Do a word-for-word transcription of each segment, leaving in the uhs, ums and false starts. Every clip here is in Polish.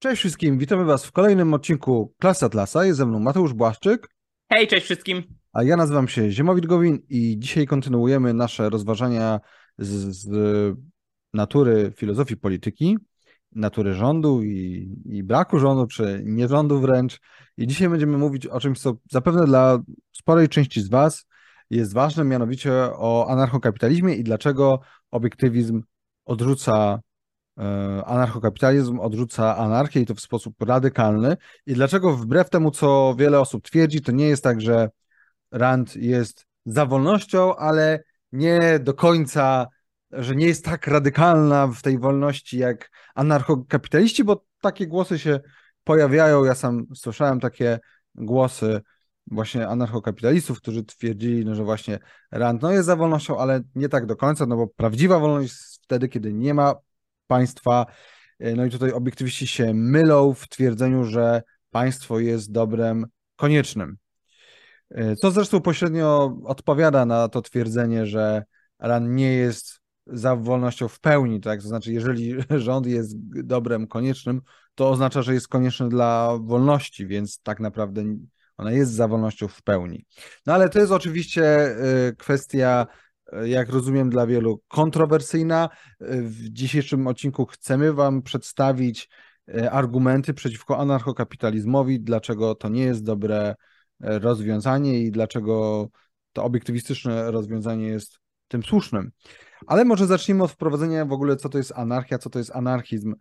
Cześć wszystkim, witamy Was w kolejnym odcinku Klasy Atlasa. Jest ze mną Mateusz Błaszczyk, Hej, cześć wszystkim. a ja nazywam się Ziemowit Gowin i dzisiaj kontynuujemy nasze rozważania z, z natury filozofii polityki, natury rządu i, i braku rządu, czy nie rządu wręcz. I dzisiaj będziemy mówić o czymś, co zapewne dla sporej części z Was jest ważne, mianowicie o anarchokapitalizmie i dlaczego obiektywizm odrzuca anarchokapitalizm odrzuca anarchię i to w sposób radykalny. I dlaczego wbrew temu, co wiele osób twierdzi, to nie jest tak, że Rand jest za wolnością, ale nie do końca, że nie jest tak radykalna w tej wolności jak anarchokapitaliści, bo takie głosy się pojawiają. Ja sam słyszałem takie głosy właśnie anarchokapitalistów, którzy twierdzili, no, że właśnie Rand no, jest za wolnością, ale nie tak do końca, no bo prawdziwa wolność jest wtedy, kiedy nie ma państwa. No i tutaj obiektywiści się mylą w twierdzeniu, że państwo jest dobrem koniecznym. Co zresztą pośrednio odpowiada na to twierdzenie, że Rand nie jest za wolnością w pełni, tak? To znaczy, jeżeli rząd jest dobrem koniecznym, to oznacza, że jest konieczny dla wolności, więc tak naprawdę ona jest za wolnością w pełni. No ale to jest oczywiście kwestia, jak rozumiem, dla wielu kontrowersyjna. W dzisiejszym odcinku chcemy Wam przedstawić argumenty przeciwko anarchokapitalizmowi, dlaczego to nie jest dobre rozwiązanie i dlaczego to obiektywistyczne rozwiązanie jest tym słusznym. Ale może zacznijmy od wprowadzenia w ogóle, co to jest anarchia, co to jest anarchizm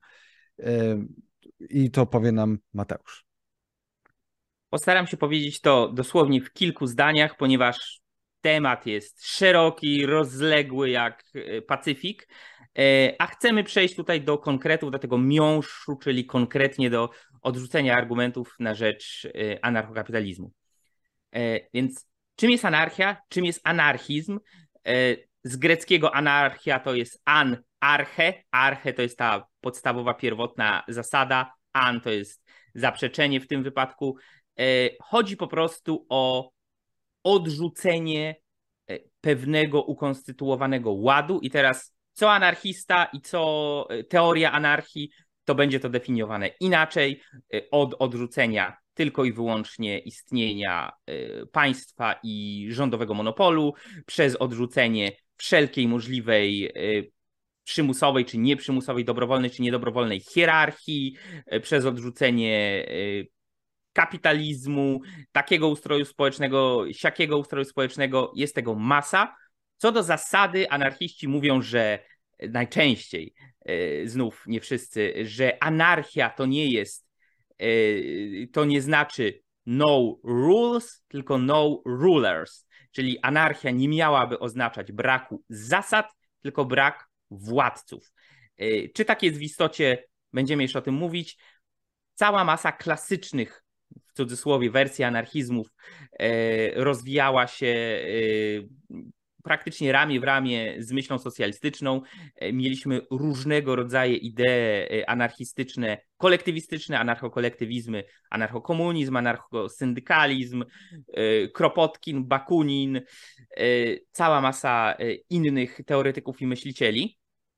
i to powie nam Mateusz. Postaram się powiedzieć to dosłownie w kilku zdaniach, ponieważ temat jest szeroki, rozległy jak Pacyfik, a chcemy przejść tutaj do konkretów, do tego miąższu, czyli konkretnie do odrzucenia argumentów na rzecz anarchokapitalizmu. Więc czym jest anarchia? Czym jest anarchizm? Z greckiego anarchia to jest an, arche. Arche to jest ta podstawowa, pierwotna zasada. An to jest zaprzeczenie w tym wypadku. Chodzi po prostu o odrzucenie pewnego ukonstytuowanego ładu. I teraz co anarchista i co teoria anarchii, to będzie to definiowane inaczej, od odrzucenia tylko i wyłącznie istnienia państwa i rządowego monopolu, przez odrzucenie wszelkiej możliwej przymusowej czy nieprzymusowej, dobrowolnej czy niedobrowolnej hierarchii, przez odrzucenie kapitalizmu, takiego ustroju społecznego, siakiego ustroju społecznego, jest tego masa. Co do zasady, anarchiści mówią, że najczęściej, znów nie wszyscy, że anarchia to nie jest, to nie znaczy no rules, tylko no rulers, czyli anarchia nie miałaby oznaczać braku zasad, tylko brak władców. Czy tak jest w istocie? Będziemy jeszcze o tym mówić. Cała masa klasycznych, w cudzysłowie, wersji anarchizmów rozwijała się praktycznie ramię w ramię z myślą socjalistyczną. Mieliśmy różnego rodzaju idee anarchistyczne, kolektywistyczne, anarchokolektywizmy, anarchokomunizm, anarchosyndykalizm, Kropotkin, Bakunin, cała masa innych teoretyków i myślicieli.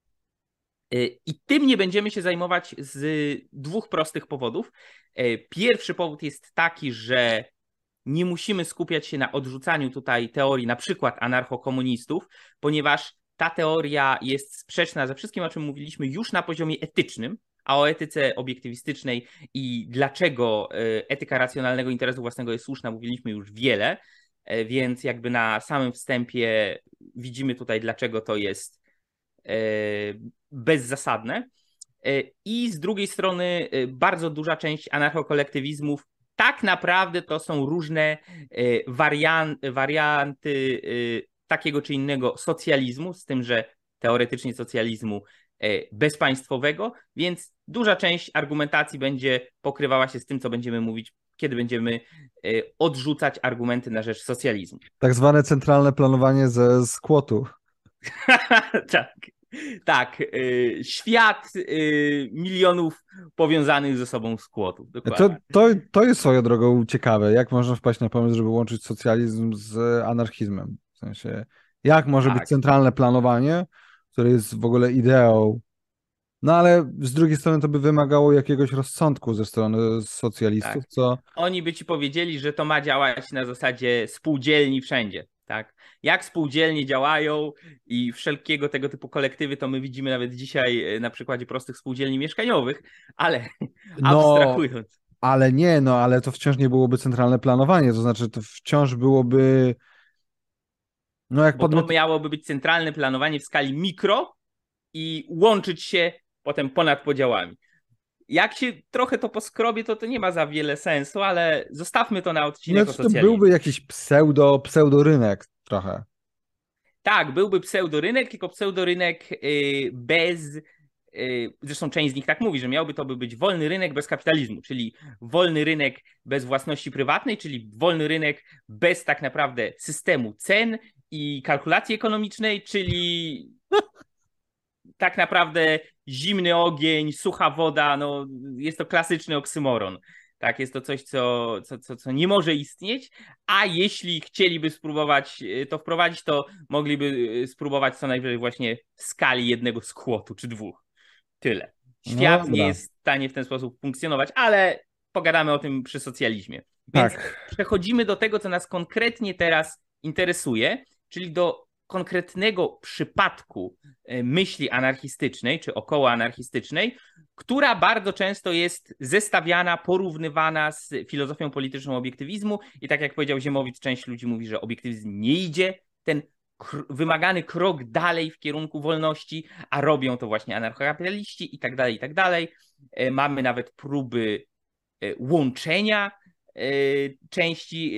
I tym nie będziemy się zajmować z dwóch prostych powodów. Pierwszy powód jest taki, że nie musimy skupiać się na odrzucaniu tutaj teorii na przykład anarchokomunistów, ponieważ ta teoria jest sprzeczna ze wszystkim, o czym mówiliśmy już na poziomie etycznym, a o etyce obiektywistycznej i dlaczego etyka racjonalnego interesu własnego jest słuszna mówiliśmy już wiele, więc jakby na samym wstępie widzimy tutaj, dlaczego to jest bezzasadne. I z drugiej strony bardzo duża część anarchokolektywizmów tak naprawdę to są różne warianty, warianty takiego czy innego socjalizmu, z tym, że teoretycznie socjalizmu bezpaństwowego, więc duża część argumentacji będzie pokrywała się z tym, co będziemy mówić, kiedy będziemy odrzucać argumenty na rzecz socjalizmu. Tak zwane centralne planowanie ze skłotu. Tak. Tak, y, świat y, milionów powiązanych ze sobą skłotów. To, to, to jest swoją drogą ciekawe. Jak można wpaść na pomysł, żeby łączyć socjalizm z anarchizmem? W sensie, jak może tak. być centralne planowanie, które jest w ogóle ideą No ale z drugiej strony to by wymagało jakiegoś rozsądku ze strony Tak. socjalistów, co... Oni by ci powiedzieli, że to ma działać na zasadzie spółdzielni wszędzie, tak? Jak spółdzielnie działają i wszelkiego tego typu kolektywy, to my widzimy nawet dzisiaj na przykładzie prostych spółdzielni mieszkaniowych, ale No, abstrahując. ale nie, no ale to wciąż nie byłoby centralne planowanie, to znaczy to wciąż byłoby... No jak Bo to podmiot... miałoby być centralne planowanie w skali mikro i łączyć się potem ponad podziałami. Jak się trochę to poskrobie, to to nie ma za wiele sensu, ale zostawmy to na odcinek o Znaczy to socjalizmie. byłby jakiś pseudo, pseudorynek trochę. Tak, byłby pseudorynek, tylko pseudorynek y, bez... y, Zresztą część z nich tak mówi, że miałby to by być wolny rynek bez kapitalizmu, czyli wolny rynek bez własności prywatnej, czyli wolny rynek bez tak naprawdę systemu cen i kalkulacji ekonomicznej, czyli tak naprawdę zimny ogień, sucha woda, no jest to klasyczny oksymoron. Tak, jest to coś, co, co, co, co nie może istnieć, a jeśli chcieliby spróbować to wprowadzić, to mogliby spróbować co najwyżej właśnie w skali jednego skłotu czy dwóch. Tyle. No Świat nie dobra. jest w stanie w ten sposób funkcjonować, ale pogadamy o tym przy socjalizmie. Więc Tak. przechodzimy do tego, co nas konkretnie teraz interesuje, czyli do konkretnego przypadku myśli anarchistycznej czy około anarchistycznej, która bardzo często jest zestawiana, porównywana z filozofią polityczną obiektywizmu i tak jak powiedział Ziemowicz, część ludzi mówi, że obiektywizm nie idzie ten wymagany krok dalej w kierunku wolności, a robią to właśnie anarchokapitaliści i tak dalej, i tak dalej. Mamy nawet próby łączenia części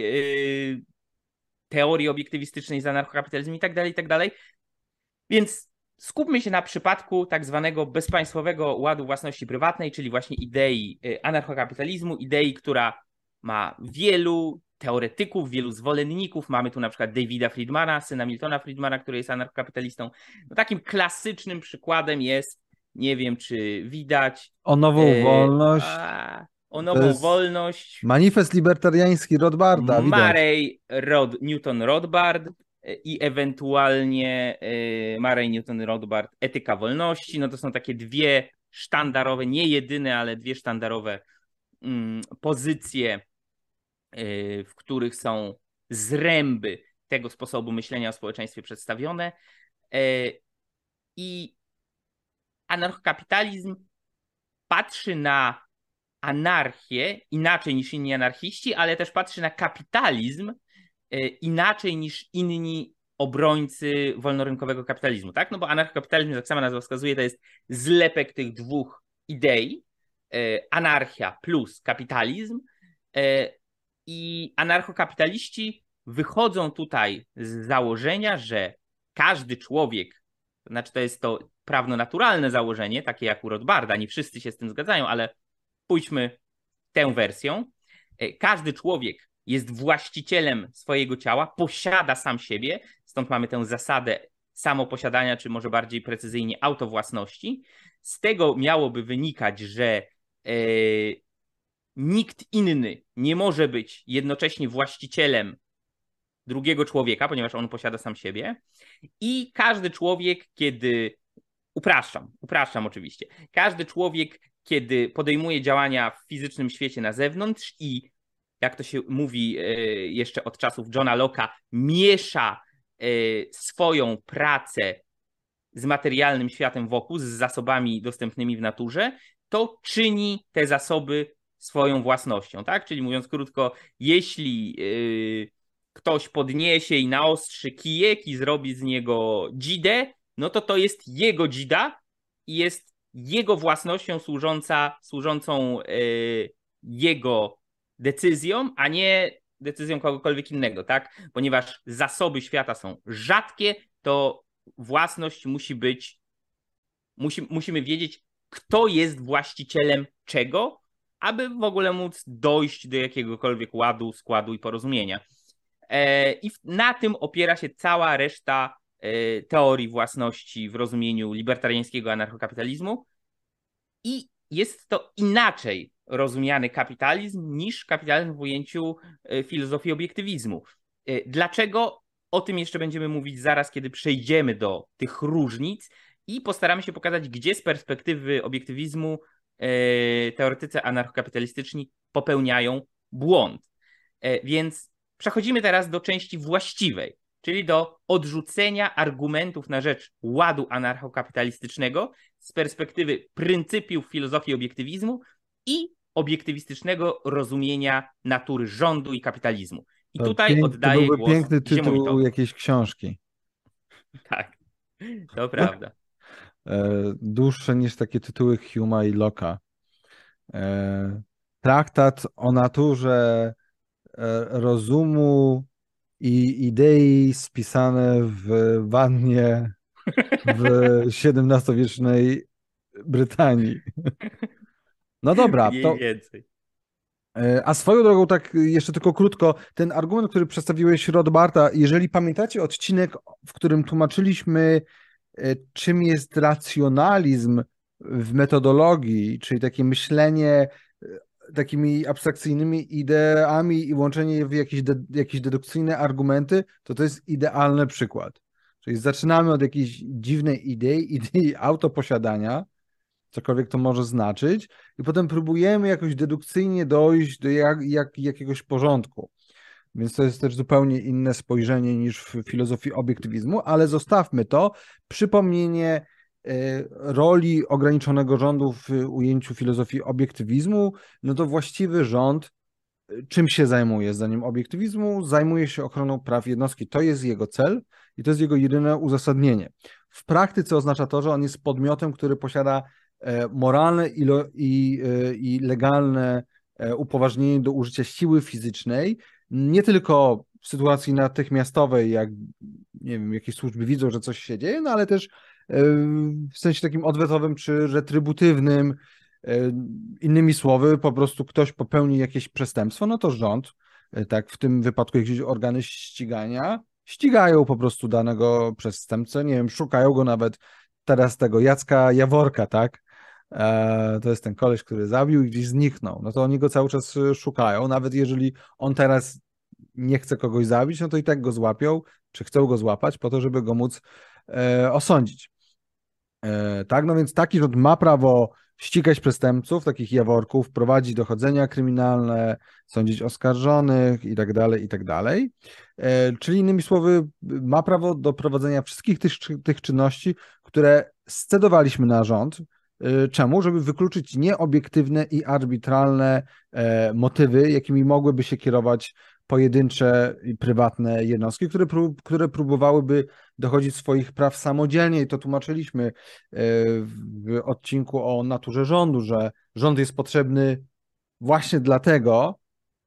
teorii obiektywistycznej z anarchokapitalizmem i tak dalej, i tak dalej. Więc skupmy się na przypadku tak zwanego bezpaństwowego ładu własności prywatnej, czyli właśnie idei anarchokapitalizmu, idei, która ma wielu teoretyków, wielu zwolenników. Mamy tu na przykład Davida Friedmana, syna Miltona Friedmana, który jest anarchokapitalistą. No, takim klasycznym przykładem jest, nie wiem czy widać, O nową e, wolność. A, o To nową jest wolność. manifest libertariański Rothbarda, widać. Murray Rod, Newton Rothbard i ewentualnie Murray Newton Rothbard Etyka wolności. No to są takie dwie sztandarowe, nie jedyne, ale dwie sztandarowe mm, pozycje, w których są zręby tego sposobu myślenia o społeczeństwie przedstawione. I anarchokapitalizm patrzy na anarchię inaczej niż inni anarchiści, ale też patrzy na kapitalizm inaczej niż inni obrońcy wolnorynkowego kapitalizmu, tak? No bo anarchokapitalizm, jak sama nazwa wskazuje, to jest zlepek tych dwóch idei, anarchia plus kapitalizm, i anarchokapitaliści wychodzą tutaj z założenia, że każdy człowiek, to znaczy to jest to prawno-naturalne założenie, takie jak u Rothbarda, nie wszyscy się z tym zgadzają, ale pójdźmy tę wersją. Każdy człowiek jest właścicielem swojego ciała, posiada sam siebie, stąd mamy tę zasadę samoposiadania, czy może bardziej precyzyjnie autowłasności. Z tego miałoby wynikać, że yy, nikt inny nie może być jednocześnie właścicielem drugiego człowieka, ponieważ on posiada sam siebie. I każdy człowiek, kiedy, upraszczam, upraszczam oczywiście, każdy człowiek, kiedy podejmuje działania w fizycznym świecie na zewnątrz i, jak to się mówi jeszcze od czasów Johna Locke'a, miesza swoją pracę z materialnym światem wokół, z zasobami dostępnymi w naturze, to czyni te zasoby swoją własnością, tak? Czyli mówiąc krótko, jeśli yy, ktoś podniesie i naostrzy kijek i zrobi z niego dzidę, no to to jest jego dzida i jest jego własnością służąca, służącą yy, jego decyzjom, a nie decyzją kogokolwiek innego, tak? Ponieważ zasoby świata są rzadkie, to własność musi być, musi, musimy wiedzieć, kto jest właścicielem czego, aby w ogóle móc dojść do jakiegokolwiek ładu, składu i porozumienia. I na tym opiera się cała reszta teorii własności w rozumieniu libertariańskiego anarchokapitalizmu i jest to inaczej rozumiany kapitalizm niż kapitalizm w ujęciu filozofii obiektywizmu. Dlaczego? O tym jeszcze będziemy mówić zaraz, kiedy przejdziemy do tych różnic i postaramy się pokazać, gdzie z perspektywy obiektywizmu e, teoretycy anarchokapitalistyczni popełniają błąd. E, więc przechodzimy teraz do części właściwej, czyli do odrzucenia argumentów na rzecz ładu anarchokapitalistycznego z perspektywy pryncypiów filozofii obiektywizmu i obiektywistycznego rozumienia natury rządu i kapitalizmu. I To, tutaj pięk, to oddaję byłby głos piękny tytuł Ziemowitowi. jakiejś książki. Tak, to prawda. E, dłuższe niż takie tytuły Huma i Locke'a. E, traktat o naturze e, rozumu i idei spisane w wannie w siedemnastowiecznej Brytanii. No dobra, Mniej to więcej. a swoją drogą, tak jeszcze tylko krótko, ten argument, który przedstawiłeś, Rothbarda, jeżeli pamiętacie odcinek, w którym tłumaczyliśmy, czym jest racjonalizm w metodologii, czyli takie myślenie takimi abstrakcyjnymi ideami i łączenie je w jakieś, de, jakieś dedukcyjne argumenty, to to jest idealny przykład. Czyli zaczynamy od jakiejś dziwnej idei, idei autoposiadania, cokolwiek to może znaczyć, i potem próbujemy jakoś dedukcyjnie dojść do jak, jak, jakiegoś porządku. Więc to jest też zupełnie inne spojrzenie niż w filozofii obiektywizmu, ale zostawmy to. Przypomnienie y, roli ograniczonego rządu w ujęciu filozofii obiektywizmu, no to właściwy rząd czym się zajmuje zdaniem obiektywizmu? Zajmuje się ochroną praw jednostki. To jest jego cel i to jest jego jedyne uzasadnienie. W praktyce oznacza to, że on jest podmiotem, który posiada moralne i, i, i legalne upoważnienie do użycia siły fizycznej, nie tylko w sytuacji natychmiastowej, jak nie wiem, jakieś służby widzą, że coś się dzieje, no ale też w sensie takim odwetowym czy retrybutywnym. Innymi słowy, po prostu ktoś popełni jakieś przestępstwo, no to rząd, tak w tym wypadku jakieś organy ścigania, ścigają po prostu danego przestępcę, nie wiem, szukają go nawet teraz tego Jacka Jaworka, tak? E, to jest ten koleś, który zabił i gdzieś zniknął. No to oni go cały czas szukają, nawet jeżeli on teraz nie chce kogoś zabić, no to i tak go złapią, czy chcą go złapać po to, żeby go móc e, osądzić. E, tak, no więc taki rząd ma prawo ścigać przestępców, takich jaworków, prowadzić dochodzenia kryminalne, sądzić oskarżonych i tak dalej, i tak dalej. Czyli innymi słowy, ma prawo do prowadzenia wszystkich tych, tych czynności, które scedowaliśmy na rząd. Czemu? Żeby wykluczyć nieobiektywne i arbitralne motywy, jakimi mogłyby się kierować pojedyncze i prywatne jednostki, które, prób, które próbowałyby dochodzić swoich praw samodzielnie, i to tłumaczyliśmy w odcinku o naturze rządu, że rząd jest potrzebny właśnie dlatego,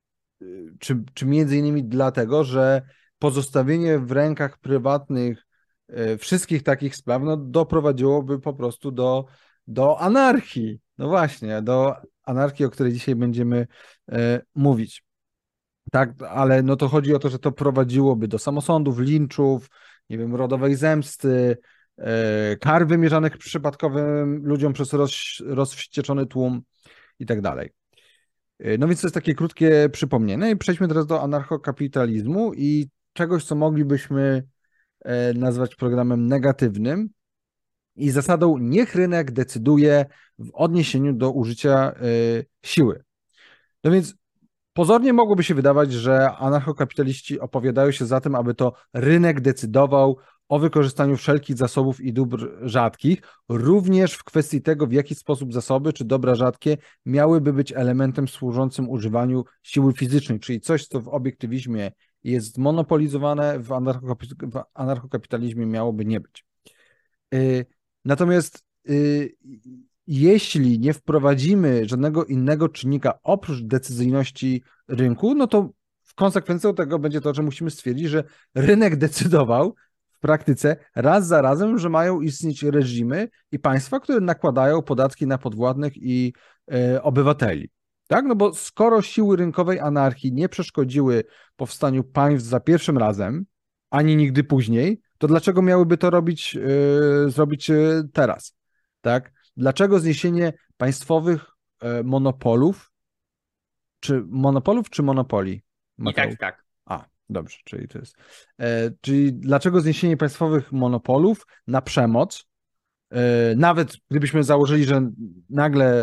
czy, czy między innymi dlatego, że pozostawienie w rękach prywatnych wszystkich takich spraw no, doprowadziłoby po prostu do, do anarchii. No właśnie, do anarchii, o której dzisiaj będziemy e, mówić. Tak, ale no to chodzi o to, że to prowadziłoby do samosądów, linczów, nie wiem, rodowej zemsty, e, kar wymierzanych przypadkowym ludziom przez roz, rozwścieczony tłum i tak dalej. No więc to jest takie krótkie przypomnienie. I przejdźmy teraz do anarchokapitalizmu i czegoś, co moglibyśmy nazwać programem negatywnym i zasadą niech rynek decyduje w odniesieniu do użycia siły. No więc pozornie mogłoby się wydawać, że anarchokapitaliści opowiadają się za tym, aby to rynek decydował o wykorzystaniu wszelkich zasobów i dóbr rzadkich, również w kwestii tego, w jaki sposób zasoby czy dobra rzadkie miałyby być elementem służącym używaniu siły fizycznej, czyli coś, co w obiektywizmie jest monopolizowane, w, anarchokapit- w anarchokapitalizmie miałoby nie być. Yy, natomiast yy, jeśli nie wprowadzimy żadnego innego czynnika oprócz decyzyjności rynku, no to w konsekwencją tego będzie to, że musimy stwierdzić, że rynek decydował w praktyce raz za razem, że mają istnieć reżimy i państwa, które nakładają podatki na podwładnych i e, obywateli. Tak? No bo skoro siły rynkowej anarchii nie przeszkodziły powstaniu państw za pierwszym razem, ani nigdy później, to dlaczego miałyby to robić, e, zrobić e, teraz? Tak? Dlaczego zniesienie państwowych e, monopolów, czy monopolów, czy monopoli? Mateusz? I tak, tak. A, dobrze, czyli to jest. E, czyli dlaczego zniesienie państwowych monopolów na przemoc Nawet gdybyśmy założyli, że nagle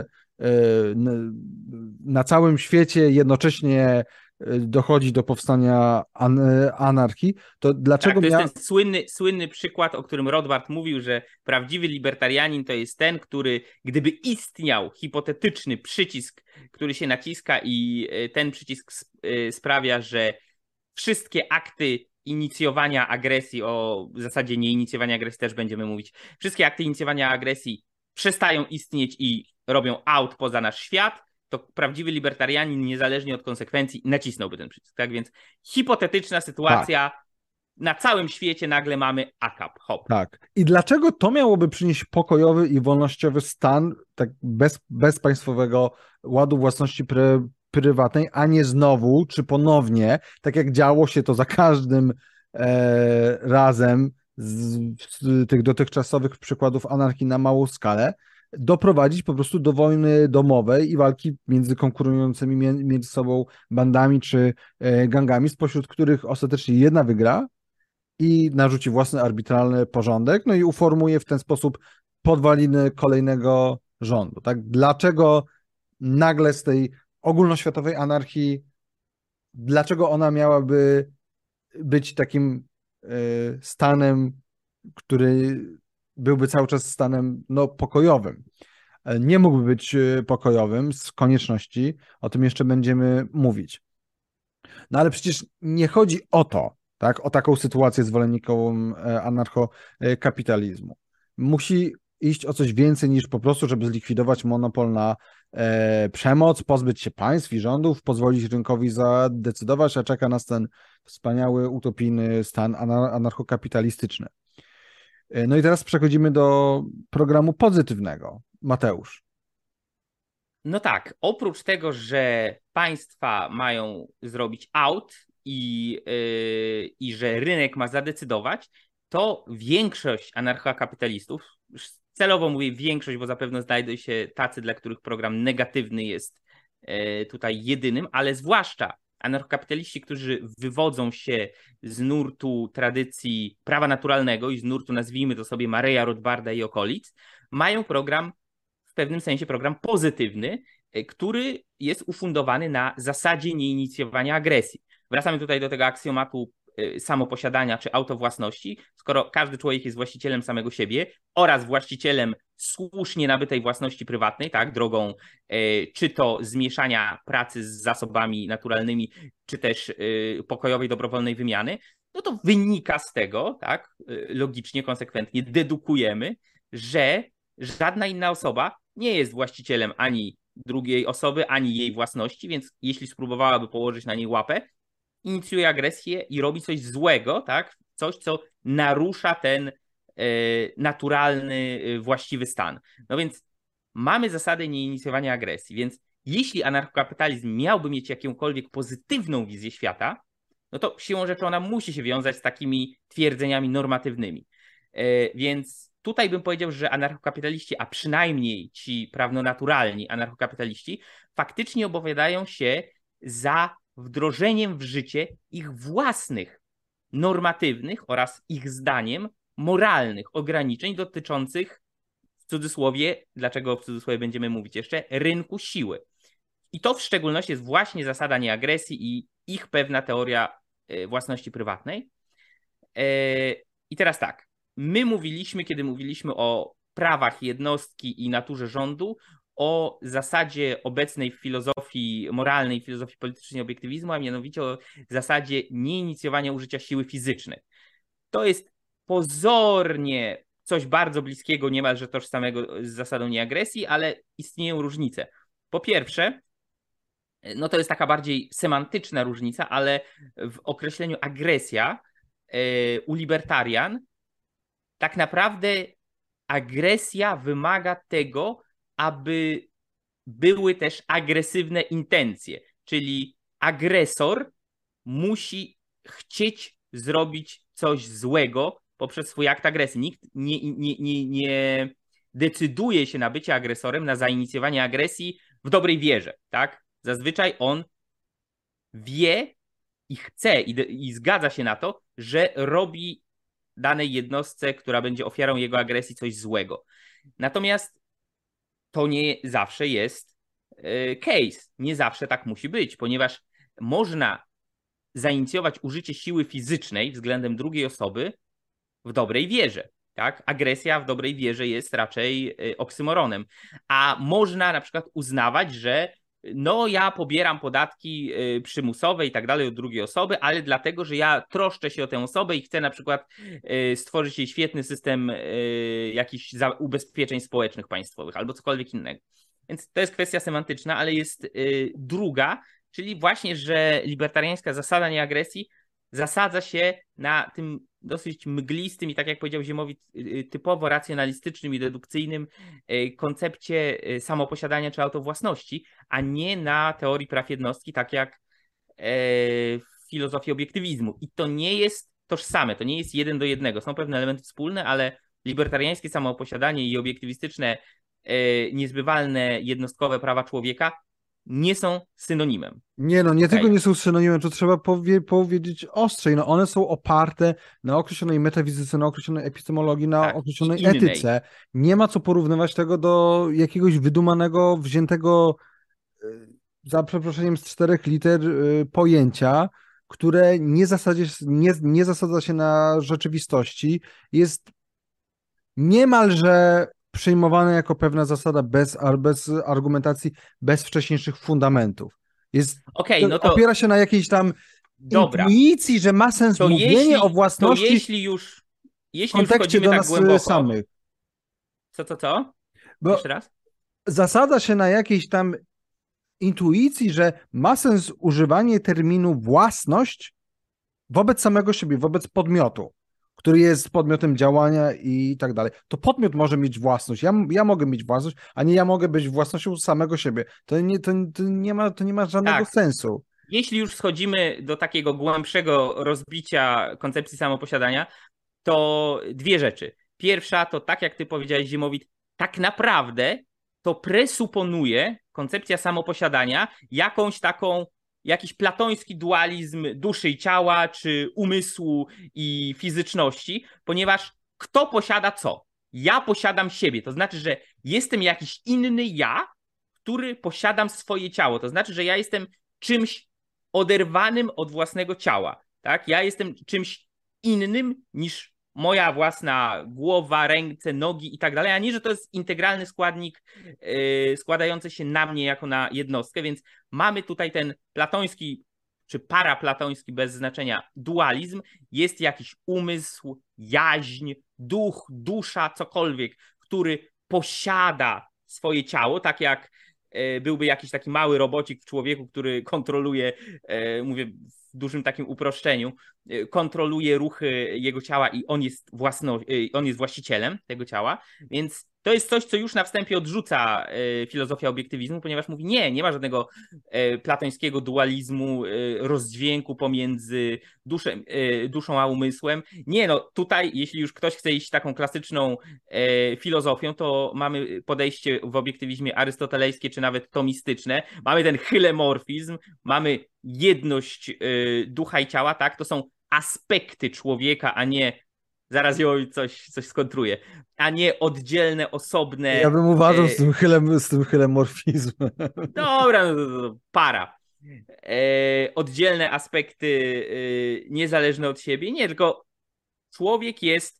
na całym świecie jednocześnie dochodzi do powstania anarchii, to dlaczego tak, to jest mia... ten słynny, słynny przykład, o którym Rothbard mówił, że prawdziwy libertarianin to jest ten, który gdyby istniał hipotetyczny przycisk, który się naciska i ten przycisk sprawia, że wszystkie akty inicjowania agresji, o zasadzie nieinicjowania agresji też będziemy mówić, wszystkie akty inicjowania agresji przestają istnieć i robią out poza nasz świat, to prawdziwy libertarianin, niezależnie od konsekwencji, nacisnąłby ten przycisk. Tak więc hipotetyczna sytuacja, tak. Na całym świecie nagle mamy A K A P, hop. Tak. I dlaczego to miałoby przynieść pokojowy i wolnościowy stan tak bez, bez państwowego ładu własności pry, prywatnej, a nie znowu, czy ponownie, tak jak działo się to za każdym e, razem z, z tych dotychczasowych przykładów anarchii na małą skalę, doprowadzić po prostu do wojny domowej i walki między konkurującymi między sobą bandami czy e, gangami, spośród których ostatecznie jedna wygra i narzuci własny arbitralny porządek, no i uformuje w ten sposób podwaliny kolejnego rządu. Tak? Dlaczego nagle z tej ogólnoświatowej anarchii, dlaczego ona miałaby być takim y, stanem, który byłby cały czas stanem no, pokojowym? Nie mógłby być pokojowym z konieczności, o tym jeszcze będziemy mówić. No ale przecież nie chodzi o to, tak, o taką sytuację zwolennikom anarchokapitalizmu. Musi iść o coś więcej niż po prostu, żeby zlikwidować monopol na e, przemoc, pozbyć się państw i rządów, pozwolić rynkowi zadecydować, a czeka nas ten wspaniały, utopijny stan anar- anarchokapitalistyczny. E, no i teraz przechodzimy do programu pozytywnego. Mateusz. No tak, oprócz tego, że państwa mają zrobić out i, yy, i że rynek ma zadecydować, to większość anarchokapitalistów, celowo mówię większość, bo zapewne znajdą się tacy, dla których program negatywny jest yy, tutaj jedynym, ale zwłaszcza anarchokapitaliści, którzy wywodzą się z nurtu tradycji prawa naturalnego i z nurtu, nazwijmy to sobie, Mareja, Rothbarda i okolic, mają program w pewnym sensie program pozytywny, który jest ufundowany na zasadzie nieinicjowania agresji. Wracamy tutaj do tego aksjomatu samoposiadania czy autowłasności, skoro każdy człowiek jest właścicielem samego siebie oraz właścicielem słusznie nabytej własności prywatnej, tak, drogą czy to zmieszania pracy z zasobami naturalnymi, czy też pokojowej, dobrowolnej wymiany, no to wynika z tego, tak, logicznie, konsekwentnie dedukujemy, że żadna inna osoba nie jest właścicielem ani drugiej osoby, ani jej własności, więc jeśli spróbowałaby położyć na niej łapę, inicjuje agresję i robi coś złego, tak? Coś, co narusza ten e, naturalny, e, właściwy stan. No więc mamy zasadę nieinicjowania agresji, więc jeśli anarchokapitalizm miałby mieć jakąkolwiek pozytywną wizję świata, no to siłą rzeczy ona musi się wiązać z takimi twierdzeniami normatywnymi. E, więc tutaj bym powiedział, że anarchokapitaliści, a przynajmniej ci prawnonaturalni anarchokapitaliści, faktycznie opowiadają się za wdrożeniem w życie ich własnych normatywnych oraz ich zdaniem moralnych ograniczeń dotyczących, w cudzysłowie, dlaczego w cudzysłowie będziemy mówić jeszcze, rynku siły. I to w szczególności jest właśnie zasada nieagresji i ich pewna teoria własności prywatnej. I teraz tak. My mówiliśmy, kiedy mówiliśmy o prawach jednostki i naturze rządu, o zasadzie obecnej w filozofii moralnej, filozofii politycznej obiektywizmu, a mianowicie o zasadzie nieinicjowania użycia siły fizycznej. To jest pozornie coś bardzo bliskiego, niemalże tożsamego z zasadą nieagresji, ale istnieją różnice. Po pierwsze, no to jest taka bardziej semantyczna różnica, ale w określeniu agresja yy, u libertarian tak naprawdę agresja wymaga tego, aby były też agresywne intencje, czyli agresor musi chcieć zrobić coś złego poprzez swój akt agresji. Nikt nie, nie, nie, nie decyduje się na bycie agresorem, na zainicjowanie agresji w dobrej wierze, tak? Zazwyczaj on wie i chce i, i zgadza się na to, że robi danej jednostce, która będzie ofiarą jego agresji, coś złego. Natomiast to nie zawsze jest case. Nie zawsze tak musi być, ponieważ można zainicjować użycie siły fizycznej względem drugiej osoby w dobrej wierze. Tak? Agresja w dobrej wierze jest raczej oksymoronem. A można na przykład uznawać, że no ja pobieram podatki przymusowe i tak dalej od drugiej osoby, ale dlatego, że ja troszczę się o tę osobę i chcę na przykład stworzyć jej świetny system jakichś ubezpieczeń społecznych państwowych albo cokolwiek innego. Więc to jest kwestia semantyczna, ale jest druga, czyli właśnie, że libertariańska zasada nieagresji zasadza się na tym dosyć mglistym i tak jak powiedział Ziemowit, typowo racjonalistycznym i dedukcyjnym koncepcie samoposiadania czy autowłasności, a nie na teorii praw jednostki, tak jak w filozofii obiektywizmu. I to nie jest tożsame, to nie jest jeden do jednego. Są pewne elementy wspólne, ale libertariańskie samoposiadanie i obiektywistyczne, niezbywalne, jednostkowe prawa człowieka nie są synonimem. Nie no, nie okay. tylko nie są synonimem, to trzeba powie, powiedzieć ostrzej. No one są oparte na określonej metafizyce, na określonej epistemologii, na tak, określonej etyce. Nie ma co porównywać tego do jakiegoś wydumanego, wziętego za przeproszeniem z czterech liter pojęcia, które nie, zasadzie, nie, nie zasadza się na rzeczywistości. Jest niemalże przyjmowane jako pewna zasada bez, bez argumentacji, bez wcześniejszych fundamentów. Jest, okay, no to... Opiera się na jakiejś tam Dobra. intuicji, że ma sens to mówienie jeśli, o własności to jeśli już, jeśli w kontekście już do tak nas głęboko, samych. Co, co, co? Bo Jeszcze raz? Zasadza się na jakiejś tam intuicji, że ma sens używanie terminu własność wobec samego siebie, wobec podmiotu, który jest podmiotem działania i tak dalej. To podmiot może mieć własność. Ja, ja mogę mieć własność, a nie ja mogę być własnością samego siebie. To nie, to, to nie, ma, to nie ma żadnego tak. sensu. Jeśli już schodzimy do takiego głębszego rozbicia koncepcji samoposiadania, to dwie rzeczy. Pierwsza to, tak jak ty powiedziałeś, Ziemowit, tak naprawdę to presuponuje koncepcja samoposiadania jakąś taką, jakiś platoński dualizm duszy i ciała, czy umysłu i fizyczności, ponieważ kto posiada co? Ja posiadam siebie, to znaczy, że jestem jakiś inny ja, który posiadam swoje ciało, to znaczy, że ja jestem czymś oderwanym od własnego ciała, tak? Ja jestem czymś innym niż moja własna głowa, ręce, nogi i tak dalej, a nie, że to jest integralny składnik yy, składający się na mnie jako na jednostkę, więc mamy tutaj ten platoński czy paraplatoński, bez znaczenia, dualizm, jest jakiś umysł, jaźń, duch, dusza, cokolwiek, który posiada swoje ciało, tak jak yy, byłby jakiś taki mały robocik w człowieku, który kontroluje, yy, mówię w dużym takim uproszczeniu, kontroluje ruchy jego ciała i on jest, własno, on jest właścicielem tego ciała, więc to jest coś, co już na wstępie odrzuca filozofia obiektywizmu, ponieważ mówi nie, nie ma żadnego platońskiego dualizmu, rozdźwięku pomiędzy duszem, duszą a umysłem. Nie, no tutaj, jeśli już ktoś chce iść taką klasyczną filozofią, to mamy podejście w obiektywizmie arystotelejskie, czy nawet tomistyczne. Mamy ten hylemorfizm, mamy jedność ducha i ciała, tak? To są aspekty człowieka, a nie, zaraz ją coś, coś skontruję, a nie oddzielne, osobne... Ja bym uważał e... z tym, chylem, z tym hylemorfizmem. Dobra, no, no, no, para. E, oddzielne aspekty e, niezależne od siebie. Nie, tylko człowiek jest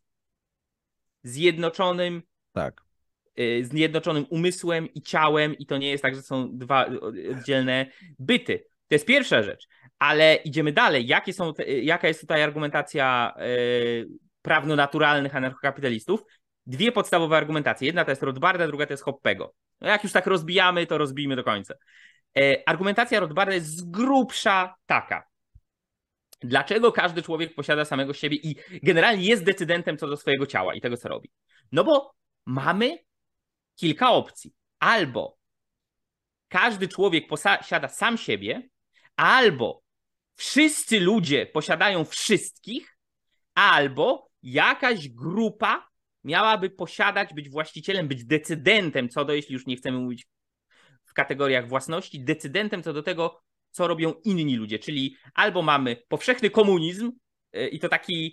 zjednoczonym tak. e, zjednoczonym umysłem i ciałem i to nie jest tak, że są dwa oddzielne byty. To jest pierwsza rzecz. Ale idziemy dalej. Jakie są te, jaka jest tutaj argumentacja yy, prawno-naturalnych anarchokapitalistów? Dwie podstawowe argumentacje. Jedna to jest Rothbarda, druga to jest Hoppego. No jak już tak rozbijamy, to rozbijmy do końca. Yy, argumentacja Rothbarda jest z grubsza taka. Dlaczego każdy człowiek posiada samego siebie i generalnie jest decydentem co do swojego ciała i tego, co robi? No bo mamy kilka opcji. Albo każdy człowiek posiada sam siebie, albo wszyscy ludzie posiadają wszystkich, albo jakaś grupa miałaby posiadać, być właścicielem, być decydentem co do, jeśli już nie chcemy mówić w kategoriach własności, decydentem co do tego, co robią inni ludzie. Czyli albo mamy powszechny komunizm i to taki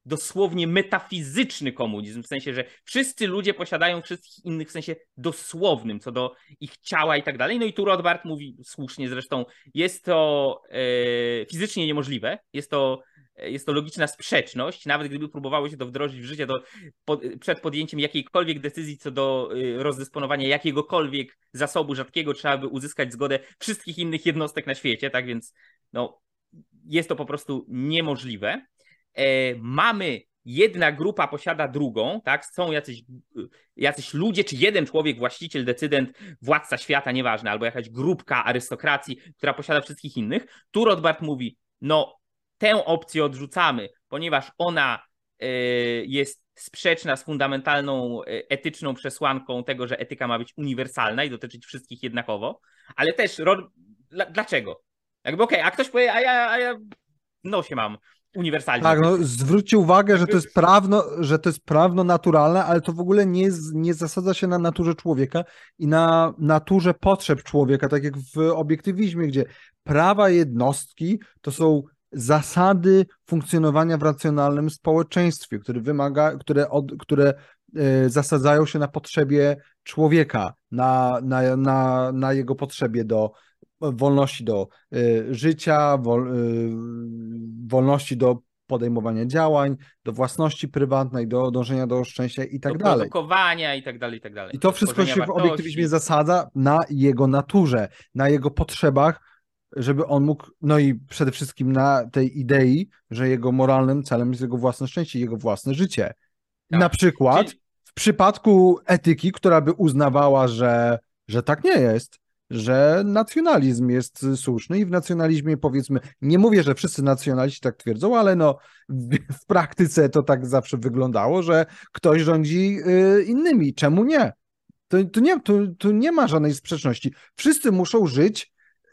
dosłownie metafizyczny komunizm, w sensie, że wszyscy ludzie posiadają wszystkich innych w sensie dosłownym, co do ich ciała i tak dalej. No i tu Rothbard mówi słusznie zresztą, jest to e, fizycznie niemożliwe, jest to, jest to logiczna sprzeczność, nawet gdyby próbowało się to wdrożyć w życie, to pod, przed podjęciem jakiejkolwiek decyzji co do e, rozdysponowania jakiegokolwiek zasobu rzadkiego trzeba by uzyskać zgodę wszystkich innych jednostek na świecie, tak więc no, jest to po prostu niemożliwe. E, mamy, jedna grupa posiada drugą, tak? Są jacyś, jacyś ludzie, czy jeden człowiek, właściciel, decydent, władca świata, nieważne, albo jakaś grupka arystokracji, która posiada wszystkich innych. Tu Rothbard mówi, no tę opcję odrzucamy, ponieważ ona e, jest sprzeczna z fundamentalną etyczną przesłanką tego, że etyka ma być uniwersalna i dotyczyć wszystkich jednakowo, ale też, dlaczego? Jakby okej, okay, a ktoś powie, a ja, a ja w nosie mam uniwersalnie. Tak, no zwróćcie uwagę, że to jest prawno, że to jest prawno naturalne, ale to w ogóle nie, nie zasadza się na naturze człowieka i na naturze potrzeb człowieka, tak jak w obiektywizmie, gdzie prawa jednostki to są zasady funkcjonowania w racjonalnym społeczeństwie, które wymaga, które, od, które y, zasadzają się na potrzebie człowieka, na, na, na, na jego potrzebie do wolności do y, życia, wol, y, wolności do podejmowania działań, do własności prywatnej, do dążenia do szczęścia i tak do dalej. Do produkowania i tak dalej, i tak dalej. I to wszystko się w obiektywizmie zasadza na jego naturze, na jego potrzebach, żeby on mógł, no i przede wszystkim na tej idei, że jego moralnym celem jest jego własne szczęście, jego własne życie. Tak. Na przykład Czyli... w przypadku etyki, która by uznawała, że, że tak nie jest, że nacjonalizm jest słuszny i w nacjonalizmie, powiedzmy, nie mówię, że wszyscy nacjonaliści tak twierdzą, ale no w, w praktyce to tak zawsze wyglądało, że ktoś rządzi y, innymi. Czemu nie? To, to nie, to, to nie ma żadnej sprzeczności. Wszyscy muszą żyć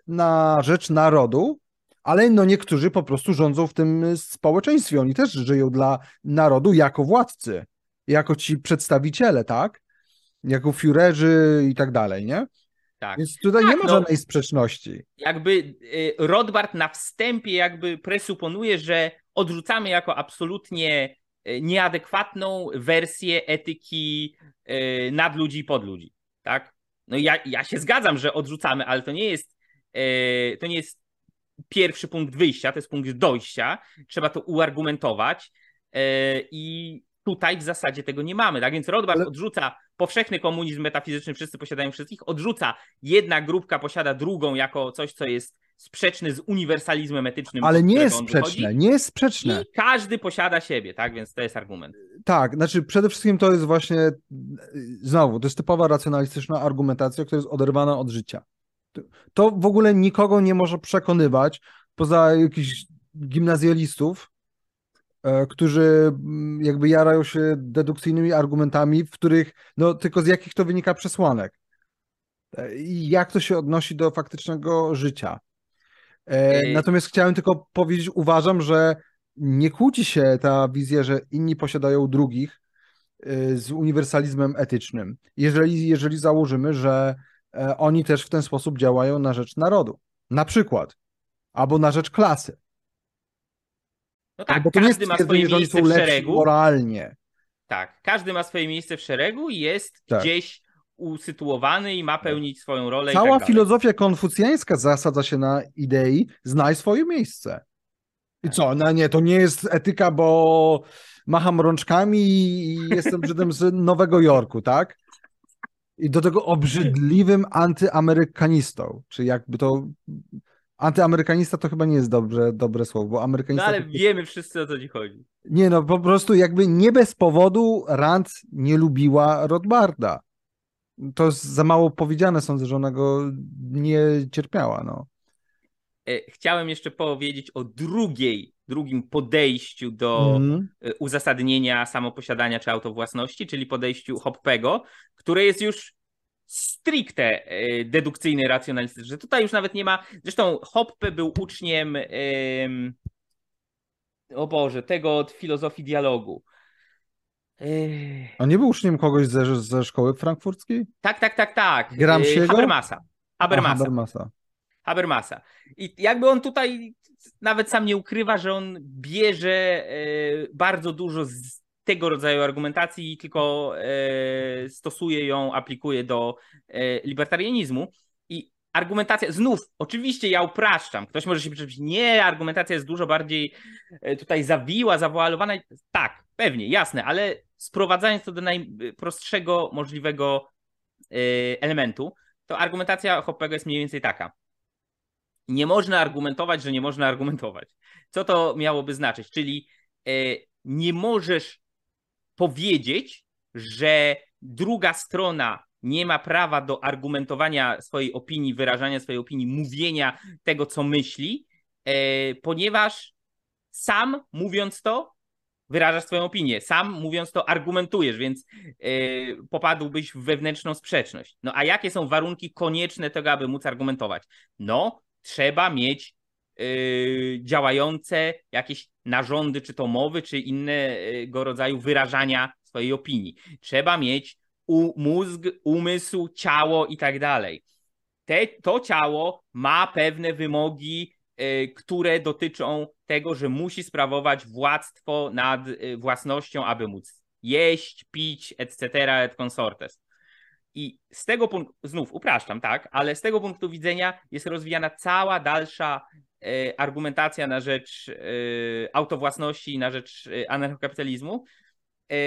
na rzecz narodu, ale no niektórzy po prostu rządzą w tym społeczeństwie. Oni też żyją dla narodu jako władcy, jako ci przedstawiciele, tak? Jako Führerzy i tak dalej, nie? Tak. Więc tutaj tak, nie ma no, żadnej sprzeczności. Jakby y, Rothbard na wstępie jakby presuponuje, że odrzucamy jako absolutnie nieadekwatną wersję etyki y, nadludzi i podludzi, tak? No ja, ja się zgadzam, że odrzucamy, ale to nie jest y, to nie jest pierwszy punkt wyjścia, to jest punkt dojścia. Trzeba to uargumentować y, i tutaj w zasadzie tego nie mamy, tak? Więc Rothbard ale... odrzuca powszechny komunizm metafizyczny, wszyscy posiadają wszystkich, odrzuca jedna grupka posiada drugą jako coś, co jest sprzeczne z uniwersalizmem etycznym. Ale nie jest sprzeczne, wychodzi. nie jest sprzeczne. I każdy posiada siebie, tak? Więc to jest argument. Tak, znaczy przede wszystkim to jest właśnie, znowu, to jest typowa racjonalistyczna argumentacja, która jest oderwana od życia. To w ogóle nikogo nie może przekonywać, poza jakichś gimnazjalistów, którzy jakby jarają się dedukcyjnymi argumentami, w których, no tylko z jakich to wynika przesłanek. I jak to się odnosi do faktycznego życia. Natomiast chciałem tylko powiedzieć, uważam, że nie kłóci się ta wizja, że inni posiadają drugich z uniwersalizmem etycznym, jeżeli, jeżeli założymy, że oni też w ten sposób działają na rzecz narodu. Na przykład. Albo na rzecz klasy. No tak, bo to każdy nie ma swoje że miejsce są w lepsi szeregu. moralnie. Tak, każdy ma swoje miejsce w szeregu i jest tak. gdzieś usytuowany i ma pełnić swoją rolę. Cała i tak dalej. filozofia konfucjańska zasadza się na idei znaj swoje miejsce. I co? No nie, to nie jest etyka, bo macham rączkami i jestem Żydem z Nowego Jorku, tak? I do tego obrzydliwym antyamerykanistą. Czy jakby to... Antyamerykanista to chyba nie jest dobrze, dobre słowo, bo amerykanista... No ale to... wiemy wszyscy, o co ci chodzi. Nie no, po prostu jakby nie bez powodu Rand nie lubiła Rothbarda. To jest za mało powiedziane, sądzę, że ona go nie cierpiała, no. Chciałem jeszcze powiedzieć o drugiej, drugim podejściu do mm. uzasadnienia samoposiadania czy autowłasności, czyli podejściu Hoppego, które jest już stricte dedukcyjny, racjonalistyczny. Tutaj już nawet nie ma... Zresztą Hoppe był uczniem ym... o Boże, tego od filozofii dialogu. A nie był uczniem kogoś ze, ze szkoły frankfurckiej? Tak, tak, tak, tak. Gramsciego? Habermasa. Habermasa. A, Habermasa. Habermasa. I jakby on tutaj nawet sam nie ukrywa, że on bierze bardzo dużo z tego rodzaju argumentacji i tylko stosuje ją, aplikuje do libertarianizmu. I argumentacja, znów, oczywiście ja upraszczam. Ktoś może się przyczepić, nie, argumentacja jest dużo bardziej tutaj zawiła, zawoalowana. Tak, pewnie, jasne, ale sprowadzając to do najprostszego możliwego elementu, to argumentacja Hoppego jest mniej więcej taka. Nie można argumentować, że nie można argumentować. Co to miałoby znaczyć? Czyli nie możesz powiedzieć, że druga strona nie ma prawa do argumentowania swojej opinii, wyrażania swojej opinii, mówienia tego, co myśli, ponieważ sam mówiąc to, wyrażasz swoją opinię. Sam mówiąc to argumentujesz, więc yy, popadłbyś w wewnętrzną sprzeczność. No a jakie są warunki konieczne tego, aby móc argumentować? No, trzeba mieć yy, działające jakieś narządy, czy to mowy, czy innego rodzaju wyrażania swojej opinii. Trzeba mieć u, mózg, umysł, ciało i tak dalej. Te, to ciało ma pewne wymogi, yy, które dotyczą tego, że musi sprawować władztwo nad własnością, aby móc jeść, pić, et cetera, et consortes. I z tego punktu, znów upraszczam, tak, ale z tego punktu widzenia jest rozwijana cała dalsza e, argumentacja na rzecz e, autowłasności, na rzecz e, anarchokapitalizmu. E,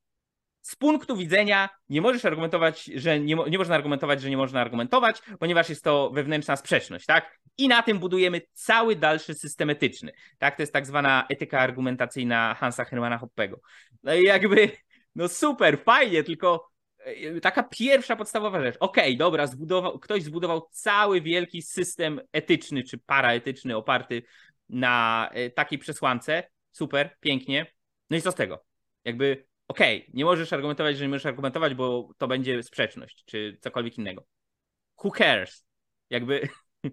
z punktu widzenia nie możesz argumentować, że nie, nie można argumentować, że nie można argumentować, ponieważ jest to wewnętrzna sprzeczność, tak? I na tym budujemy cały dalszy system etyczny. Tak? To jest tak zwana etyka argumentacyjna Hansa Hermana Hoppego. No i jakby, no super, fajnie, tylko taka pierwsza podstawowa rzecz. Okej, okay, dobra, zbudował, ktoś zbudował cały wielki system etyczny czy paraetyczny oparty na takiej przesłance. Super, pięknie. No i co z tego? Jakby okej, okay, nie możesz argumentować, że nie możesz argumentować, bo to będzie sprzeczność, czy cokolwiek innego. Who cares? Jakby,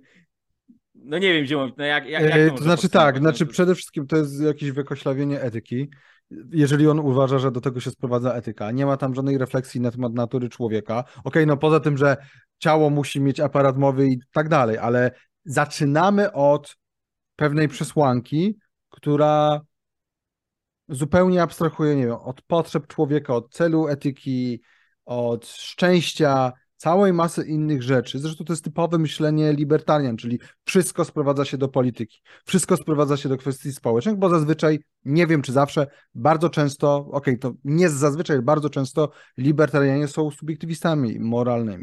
no nie wiem, gdzie mówić, no jak, jak, jak to, to znaczy tak, znaczy przede wszystkim to jest jakieś wykoślawienie etyki, jeżeli on uważa, że do tego się sprowadza etyka. Nie ma tam żadnej refleksji na temat natury człowieka. Okej, okay, no poza tym, że ciało musi mieć aparat mowy i tak dalej, ale zaczynamy od pewnej przesłanki, która zupełnie abstrahuje, nie wiem, od potrzeb człowieka, od celu etyki, od szczęścia, całej masy innych rzeczy. Zresztą to jest typowe myślenie libertarian, czyli wszystko sprowadza się do polityki. Wszystko sprowadza się do kwestii społecznych, bo zazwyczaj, nie wiem czy zawsze, bardzo często, okej, okay, to nie zazwyczaj, bardzo często libertarianie są subiektywistami moralnymi.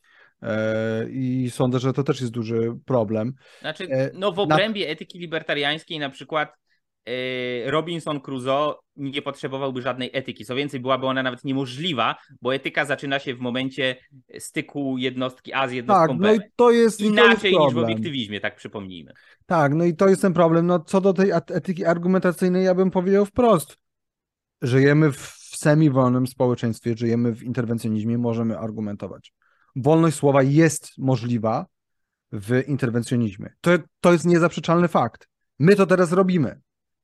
I sądzę, że to też jest duży problem. Znaczy, no w obrębie na... etyki libertariańskiej na przykład Robinson Crusoe nie potrzebowałby żadnej etyki. Co więcej, byłaby ona nawet niemożliwa, bo etyka zaczyna się w momencie styku jednostki A z jednostką tak, B. No i to jest, inaczej to jest niż w obiektywizmie, tak przypomnijmy. Tak, no i to jest ten problem. No co do tej etyki argumentacyjnej, ja bym powiedział wprost. Żyjemy w semi-wolnym społeczeństwie, żyjemy w interwencjonizmie, możemy argumentować. Wolność słowa jest możliwa w interwencjonizmie. To, to jest niezaprzeczalny fakt. My to teraz robimy.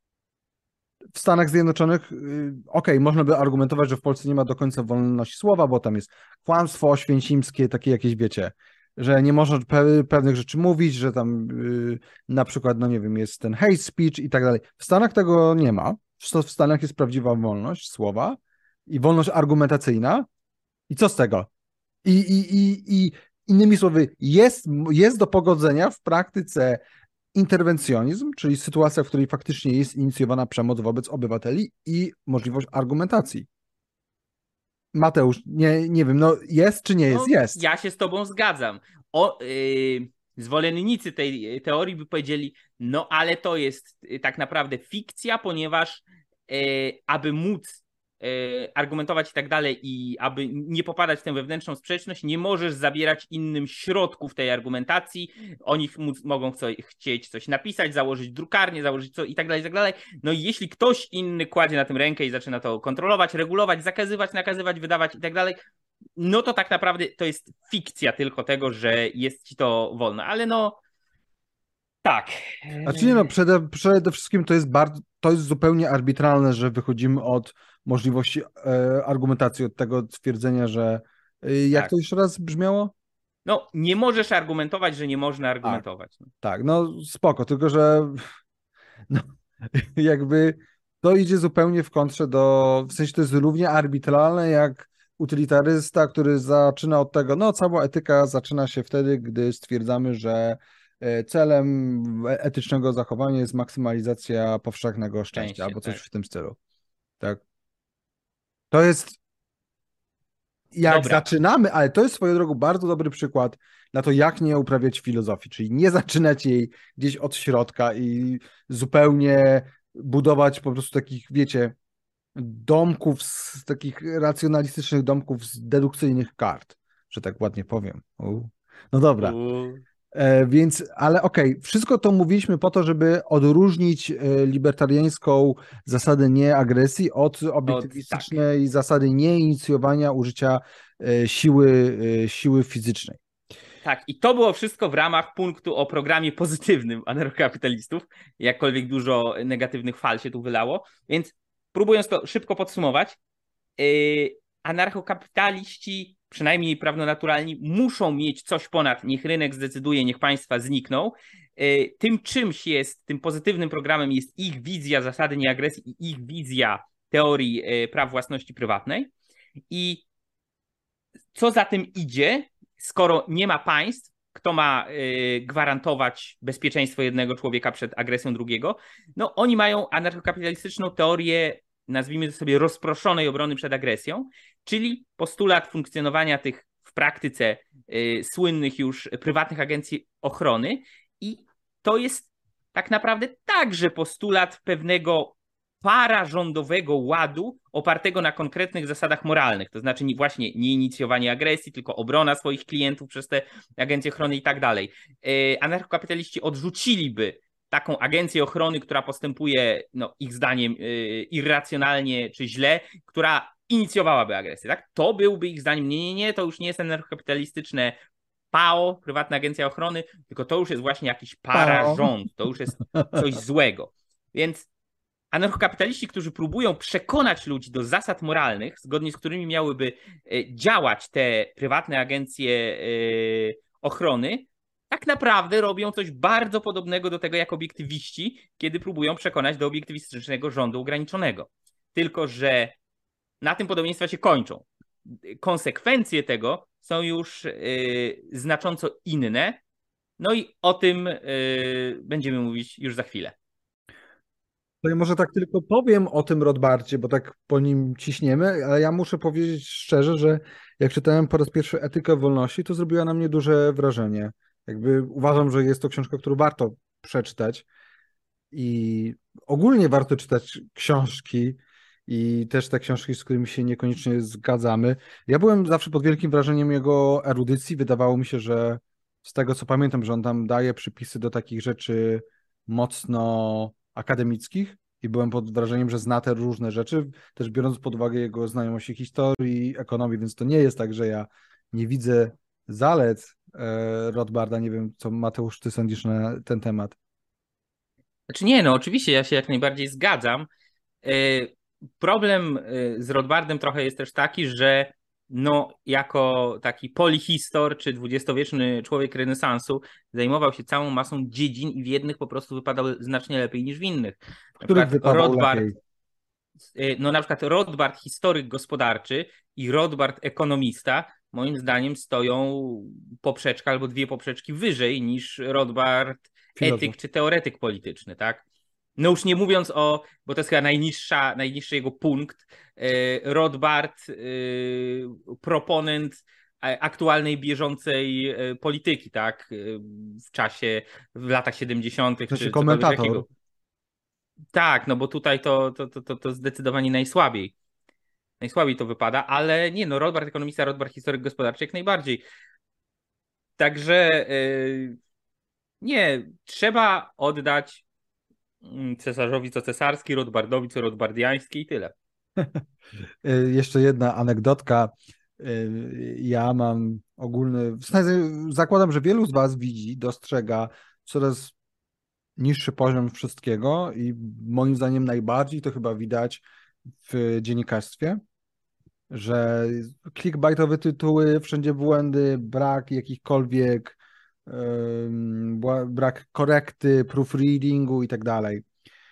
W Stanach Zjednoczonych, okej, okay, można by argumentować, że w Polsce nie ma do końca wolności słowa, bo tam jest kłamstwo oświęcimskie, takie jakieś, wiecie, że nie można pe- pewnych rzeczy mówić, że tam yy, na przykład, no nie wiem, jest ten hate speech i tak dalej. W Stanach tego nie ma. W Stanach jest prawdziwa wolność słowa i wolność argumentacyjna. I co z tego? I, i, i, i innymi słowy, jest, jest do pogodzenia w praktyce interwencjonizm, czyli sytuacja, w której faktycznie jest inicjowana przemoc wobec obywateli i możliwość argumentacji. Mateusz, nie, nie wiem, no jest czy nie jest? No, jest. Ja się z tobą zgadzam. O, yy, zwolennicy tej teorii by powiedzieli, no ale to jest yy, tak naprawdę fikcja, ponieważ yy, aby móc yy, argumentować i tak dalej i aby nie popadać w tę wewnętrzną sprzeczność, nie możesz zabierać innym środków tej argumentacji. Oni móc, mogą chco, chcieć coś napisać, założyć drukarnię, założyć co i tak dalej, i tak dalej. No i jeśli ktoś inny kładzie na tym rękę i zaczyna to kontrolować, regulować, zakazywać, nakazywać, wydawać i tak dalej, no to tak naprawdę to jest fikcja tylko tego, że jest ci to wolne, ale no tak. Znaczy nie no, przede, przede wszystkim to jest bardzo, to jest zupełnie arbitralne, że wychodzimy od możliwości e, argumentacji, od tego twierdzenia, że e, jak tak. to jeszcze raz brzmiało? No, nie możesz argumentować, że nie można Tak, argumentować. No. tak, no spoko, tylko że no, jakby to idzie zupełnie w kontrze do, w sensie to jest równie arbitralne jak utylitarysta, który zaczyna od tego, no cała etyka zaczyna się wtedy, gdy stwierdzamy, że e, celem etycznego zachowania jest maksymalizacja powszechnego szczęścia Szczęście, albo coś tak. w tym stylu. Tak. To jest, jak Dobra, zaczynamy, ale to jest swoją drogą bardzo dobry przykład na to, jak nie uprawiać filozofii, czyli nie zaczynać jej gdzieś od środka i zupełnie budować po prostu takich, wiecie, domków, z takich racjonalistycznych domków z dedukcyjnych kart, że tak ładnie powiem. U. No dobra. u, E, więc, ale okej, okay, wszystko to mówiliśmy po to, żeby odróżnić e, libertariańską zasadę nieagresji od od, tak. obiektywistycznej zasady nieinicjowania użycia e, siły, e, siły fizycznej. Tak, i to było wszystko w ramach punktu o programie pozytywnym anarchokapitalistów, jakkolwiek dużo negatywnych fal się tu wylało, więc próbując to szybko podsumować, yy, anarchokapitaliści, przynajmniej prawnonaturalni, muszą mieć coś ponad, niech rynek zdecyduje, niech państwa znikną. Yy, tym czymś jest, tym pozytywnym programem jest ich wizja zasady nieagresji i ich wizja teorii yy, praw własności prywatnej. I co za tym idzie, skoro nie ma państw, kto ma y, gwarantować bezpieczeństwo jednego człowieka przed agresją drugiego, no oni mają anarchokapitalistyczną teorię, nazwijmy to sobie, rozproszonej obrony przed agresją, czyli postulat funkcjonowania tych w praktyce y, słynnych już prywatnych agencji ochrony i to jest tak naprawdę także postulat pewnego pararządowego ładu opartego na konkretnych zasadach moralnych, to znaczy właśnie nie inicjowanie agresji, tylko obrona swoich klientów przez te agencje ochrony i tak dalej. Anarchokapitaliści odrzuciliby taką agencję ochrony, która postępuje, no, ich zdaniem, irracjonalnie czy źle, która inicjowałaby agresję. Tak? To byłby ich zdaniem, nie, nie, nie, to już nie jest anarchokapitalistyczne P A O, prywatna agencja ochrony, tylko to już jest właśnie jakiś pararząd, to już jest coś złego. Więc anarchokapitaliści, którzy próbują przekonać ludzi do zasad moralnych, zgodnie z którymi miałyby działać te prywatne agencje ochrony, tak naprawdę robią coś bardzo podobnego do tego jak obiektywiści, kiedy próbują przekonać do obiektywistycznego rządu ograniczonego. Tylko że na tym podobieństwa się kończą. Konsekwencje tego są już znacząco inne. No i o tym będziemy mówić już za chwilę. To ja może tak tylko powiem o tym Rothbardzie, bo tak po nim ciśniemy, ale ja muszę powiedzieć szczerze, że jak czytałem po raz pierwszy Etykę wolności, to zrobiła na mnie duże wrażenie. Jakby uważam, że jest to książka, którą warto przeczytać i ogólnie warto czytać książki i też te książki, z którymi się niekoniecznie zgadzamy. Ja byłem zawsze pod wielkim wrażeniem jego erudycji. Wydawało mi się, że z tego co pamiętam, że on tam daje przypisy do takich rzeczy mocno akademickich i byłem pod wrażeniem, że zna te różne rzeczy, też biorąc pod uwagę jego znajomości historii, ekonomii, więc to nie jest tak, że ja nie widzę zalet e, Rothbarda. Nie wiem, co Mateusz, ty sądzisz na ten temat. Znaczy nie, no oczywiście ja się jak najbardziej zgadzam. Problem z Rothbardem trochę jest też taki, że no, jako taki polihistor czy dwudziestowieczny człowiek renesansu zajmował się całą masą dziedzin i w jednych po prostu wypadał znacznie lepiej niż w innych. W których wypadał Rothbard, lepiej? no na przykład Rothbard historyk gospodarczy i Rothbard ekonomista moim zdaniem stoją poprzeczka albo dwie poprzeczki wyżej niż Rothbard Filozof. etyk czy teoretyk polityczny, tak? No już nie mówiąc o, bo to jest chyba najniższa, najniższy jego punkt, Rothbard, proponent aktualnej, bieżącej polityki, tak? W czasie, w latach siedemdziesiątych To się czy komentator. cokolwiek takiego. Tak, no bo tutaj to, to, to, to, to zdecydowanie najsłabiej. Najsłabiej to wypada, ale nie, no Rothbard ekonomista, Rothbard historyk gospodarczy jak najbardziej. Także yy, nie, trzeba oddać cesarzowi co cesarski, Rothbardowi co rothbardiański i tyle. Jeszcze jedna anegdotka. Ja mam ogólny, zakładam, że wielu z was widzi, dostrzega coraz niższy poziom wszystkiego i moim zdaniem najbardziej to chyba widać w dziennikarstwie. że clickbaitowe tytuły, wszędzie błędy, brak jakichkolwiek, ym, brak korekty, proofreadingu i tak dalej.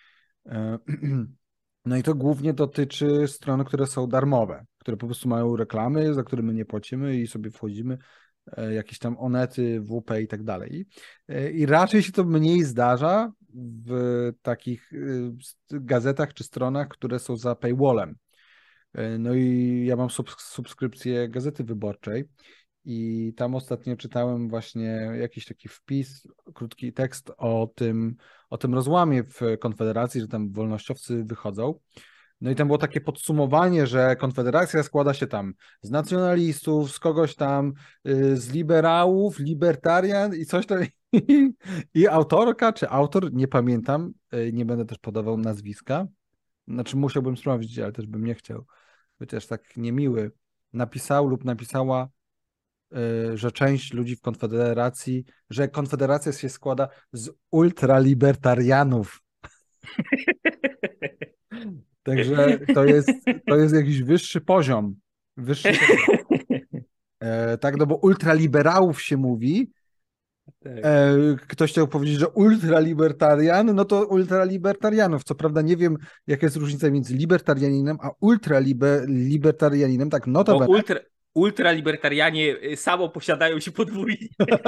No i to głównie dotyczy stron, które są darmowe, które po prostu mają reklamy, za które my nie płacimy i sobie wchodzimy, jakieś tam Onety, W P i tak dalej. I raczej się to mniej zdarza w takich gazetach czy stronach, które są za paywallem. No i ja mam subskrypcję Gazety Wyborczej i tam ostatnio czytałem właśnie jakiś taki wpis, krótki tekst o tym, o tym rozłamie w Konfederacji, że tam wolnościowcy wychodzą. No i tam było takie podsumowanie, że Konfederacja składa się tam z nacjonalistów, z kogoś tam, z liberałów, libertarian i coś tam. I autorka, czy autor, nie pamiętam, nie będę też podawał nazwiska. Znaczy musiałbym sprawdzić, ale też bym nie chciał. Chociaż tak niemiły. Napisał lub napisała, że część ludzi w Konfederacji, że Konfederacja się składa z ultralibertarianów. Także to jest, to jest jakiś wyższy poziom. Wyższy poziom. E, tak, no bo ultraliberałów się mówi. Tak. E, ktoś chciał powiedzieć, że ultralibertarian, no to ultralibertarianów. Co prawda nie wiem, jaka jest różnica między libertarianinem a ultralibertarianinem. Tak, notabene. Bo ultra, ultralibertarianie samo posiadają się podwójnie.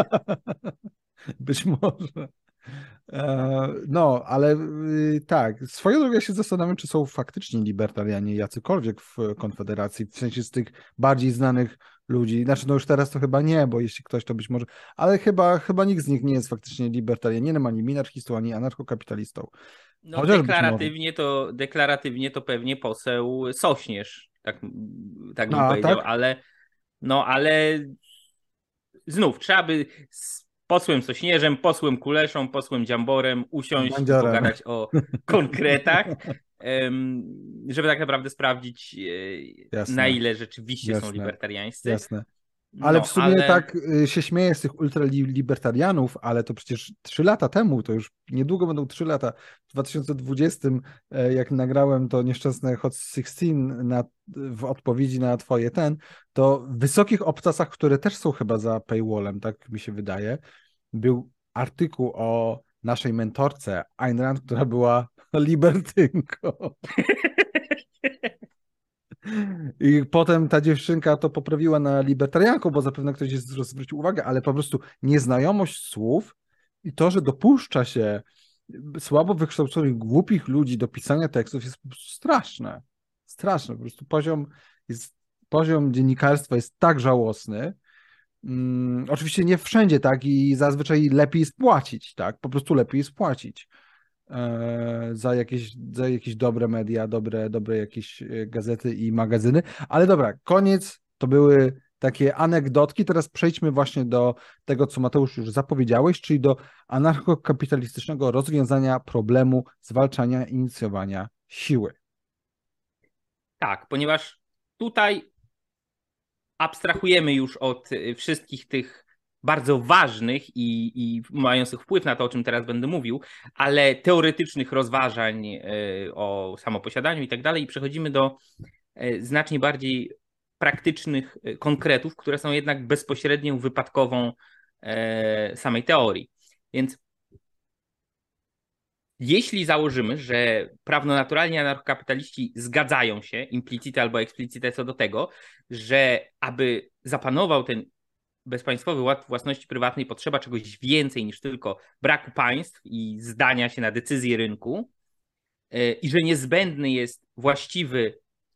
Być może. No, ale tak, swoją drogą ja się zastanawiam, czy są faktycznie libertarianie jacykolwiek w Konfederacji, w sensie z tych bardziej znanych ludzi. Znaczy, no już teraz to chyba nie, bo jeśli ktoś to być może, ale chyba, chyba nikt z nich nie jest faktycznie libertarianinem, ani minarchistą, ani anarchokapitalistą. No Chociaż deklaratywnie to, deklaratywnie to pewnie poseł Sośnierz, tak, tak bym A, powiedział, tak? ale no ale znów trzeba by z posłem Sośnierzem, posłem Kuleszą, posłem Dziamborem usiąść Bandziorem. I pogadać o konkretach, żeby tak naprawdę sprawdzić, Jasne. na ile rzeczywiście Jasne. są libertariańscy. Jasne. Ale no, w sumie ale... tak się śmieję z tych ultralibertarianów, ale to przecież trzy lata temu, to już niedługo będą trzy lata, w dwa tysiące dwudziestym, jak nagrałem to nieszczęsne Hot szesnaście na, w odpowiedzi na twoje ten, to w Wysokich Obcasach, które też są chyba za paywallem, tak mi się wydaje, był artykuł o naszej mentorce Ayn Rand, która była libertynką. I potem ta dziewczynka to poprawiła na libertarianką, bo zapewne ktoś zwrócił uwagę, ale po prostu nieznajomość słów i to, że dopuszcza się słabo wykształconych, głupich ludzi do pisania tekstów jest po prostu straszne. Straszne. Po prostu poziom, jest, poziom dziennikarstwa jest tak żałosny. Hmm, oczywiście nie wszędzie tak i zazwyczaj lepiej jest płacić, tak? Po prostu lepiej jest płacić. Za jakieś, za jakieś dobre media, dobre, dobre jakieś gazety i magazyny. Ale dobra, koniec. To były takie anegdotki. Teraz przejdźmy właśnie do tego, co Mateusz już zapowiedziałeś, czyli do anarchokapitalistycznego rozwiązania problemu zwalczania inicjowania siły. Tak, ponieważ tutaj abstrahujemy już od wszystkich tych bardzo ważnych i, i mających wpływ na to, o czym teraz będę mówił, ale teoretycznych rozważań o samoposiadaniu i tak dalej i przechodzimy do znacznie bardziej praktycznych konkretów, które są jednak bezpośrednią wypadkową samej teorii. Więc jeśli założymy, że prawnonaturalni anarchokapitaliści zgadzają się implicite albo explicite co do tego, że aby zapanował ten bezpaństwowy ład własności prywatnej potrzeba czegoś więcej niż tylko braku państw i zdania się na decyzje rynku i że niezbędny jest właściwy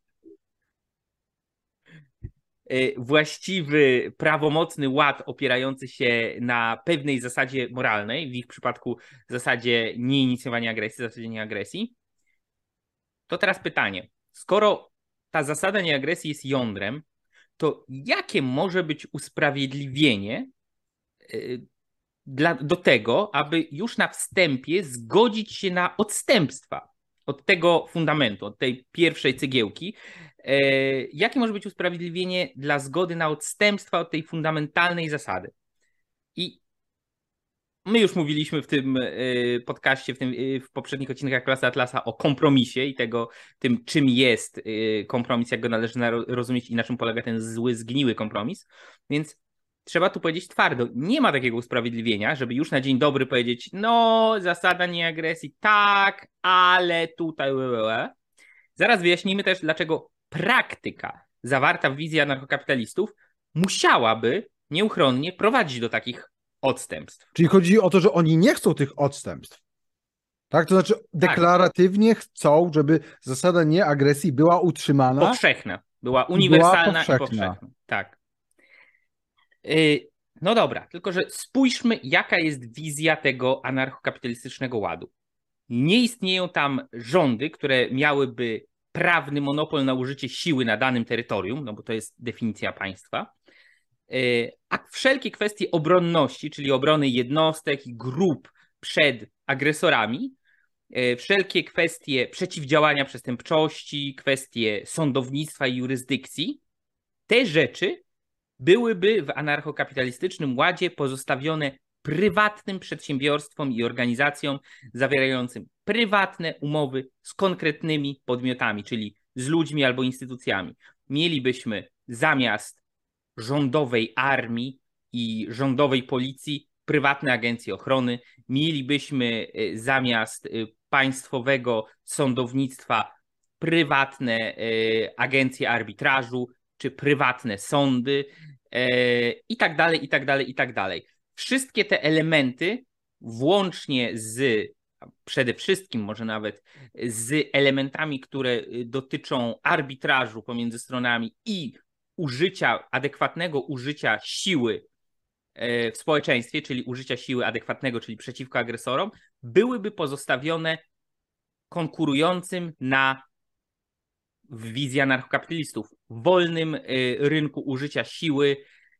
właściwy, prawomocny ład opierający się na pewnej zasadzie moralnej, w ich przypadku zasadzie nieinicjowania agresji, zasadzie nieagresji, to teraz pytanie, skoro ta zasada nieagresji jest jądrem, to jakie może być usprawiedliwienie dla, do tego, aby już na wstępie zgodzić się na odstępstwa od tego fundamentu, od tej pierwszej cegiełki? Jakie może być usprawiedliwienie dla zgody na odstępstwa od tej fundamentalnej zasady? I My już mówiliśmy w tym podcaście, w, tym, w poprzednich odcinkach Klasy Atlasa o kompromisie i tego, tym czym jest kompromis, jak go należy rozumieć i na czym polega ten zły, zgniły kompromis. Więc trzeba tu powiedzieć twardo, nie ma takiego usprawiedliwienia, żeby już na dzień dobry powiedzieć, no zasada nieagresji, tak, ale tutaj... Zaraz wyjaśnimy też, dlaczego praktyka zawarta w wizji anarchokapitalistów musiałaby nieuchronnie prowadzić do takich odstępstw. Czyli chodzi o to, że oni nie chcą tych odstępstw. Tak? To znaczy deklaratywnie chcą, żeby zasada nieagresji była utrzymana. Powszechna. Była uniwersalna była powszechna. i powszechna. Tak. Yy, no dobra, tylko że spójrzmy, jaka jest wizja tego anarchokapitalistycznego ładu. Nie istnieją tam rządy, które miałyby prawny monopol na użycie siły na danym terytorium, no bo to jest definicja państwa. A wszelkie kwestie obronności, czyli obrony jednostek i grup przed agresorami, wszelkie kwestie przeciwdziałania przestępczości, kwestie sądownictwa i jurysdykcji, te rzeczy byłyby w anarchokapitalistycznym ładzie pozostawione prywatnym przedsiębiorstwom i organizacjom zawierającym prywatne umowy z konkretnymi podmiotami, czyli z ludźmi albo instytucjami. Mielibyśmy zamiast rządowej armii i rządowej policji prywatne agencje ochrony, mielibyśmy zamiast państwowego sądownictwa prywatne agencje arbitrażu czy prywatne sądy i tak dalej, i tak dalej, i tak dalej. Wszystkie te elementy, włącznie z, przede wszystkim może nawet z elementami, które dotyczą arbitrażu pomiędzy stronami i użycia, adekwatnego użycia siły w społeczeństwie, czyli użycia siły adekwatnego, czyli przeciwko agresorom, byłyby pozostawione konkurującym na w wizji anarchokapitalistów wolnym rynku użycia siły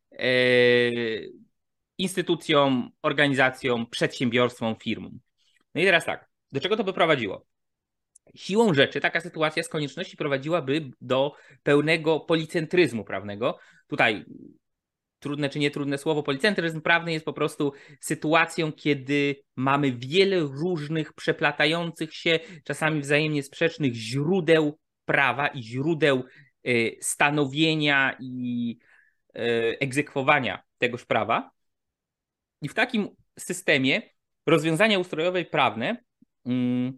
instytucjom, organizacjom, przedsiębiorstwom, firmom. No i teraz tak, do czego to by prowadziło? Siłą rzeczy taka sytuacja z konieczności prowadziłaby do pełnego policentryzmu prawnego. Tutaj trudne czy nietrudne słowo, policentryzm prawny jest po prostu sytuacją, kiedy mamy wiele różnych przeplatających się, czasami wzajemnie sprzecznych źródeł prawa i źródeł stanowienia i egzekwowania tegoż prawa. I w takim systemie rozwiązania ustrojowe i prawne mm,